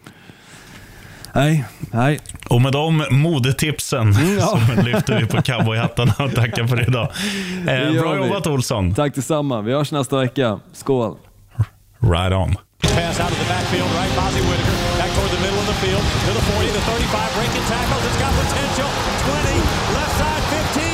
Nej. Och med de modetipsen så lyfter vi på cowboyhattarna och tackar för idag. Bra jobbat, Olsson. Tack detsamma. Vi hörs nästa vecka. Skål. Right on. Pass out of the backfield, right? Mozzie Whitaker back toward the middle of the field to the 40, the 35, breaking tackles. It's got potential. 20, left side, 15.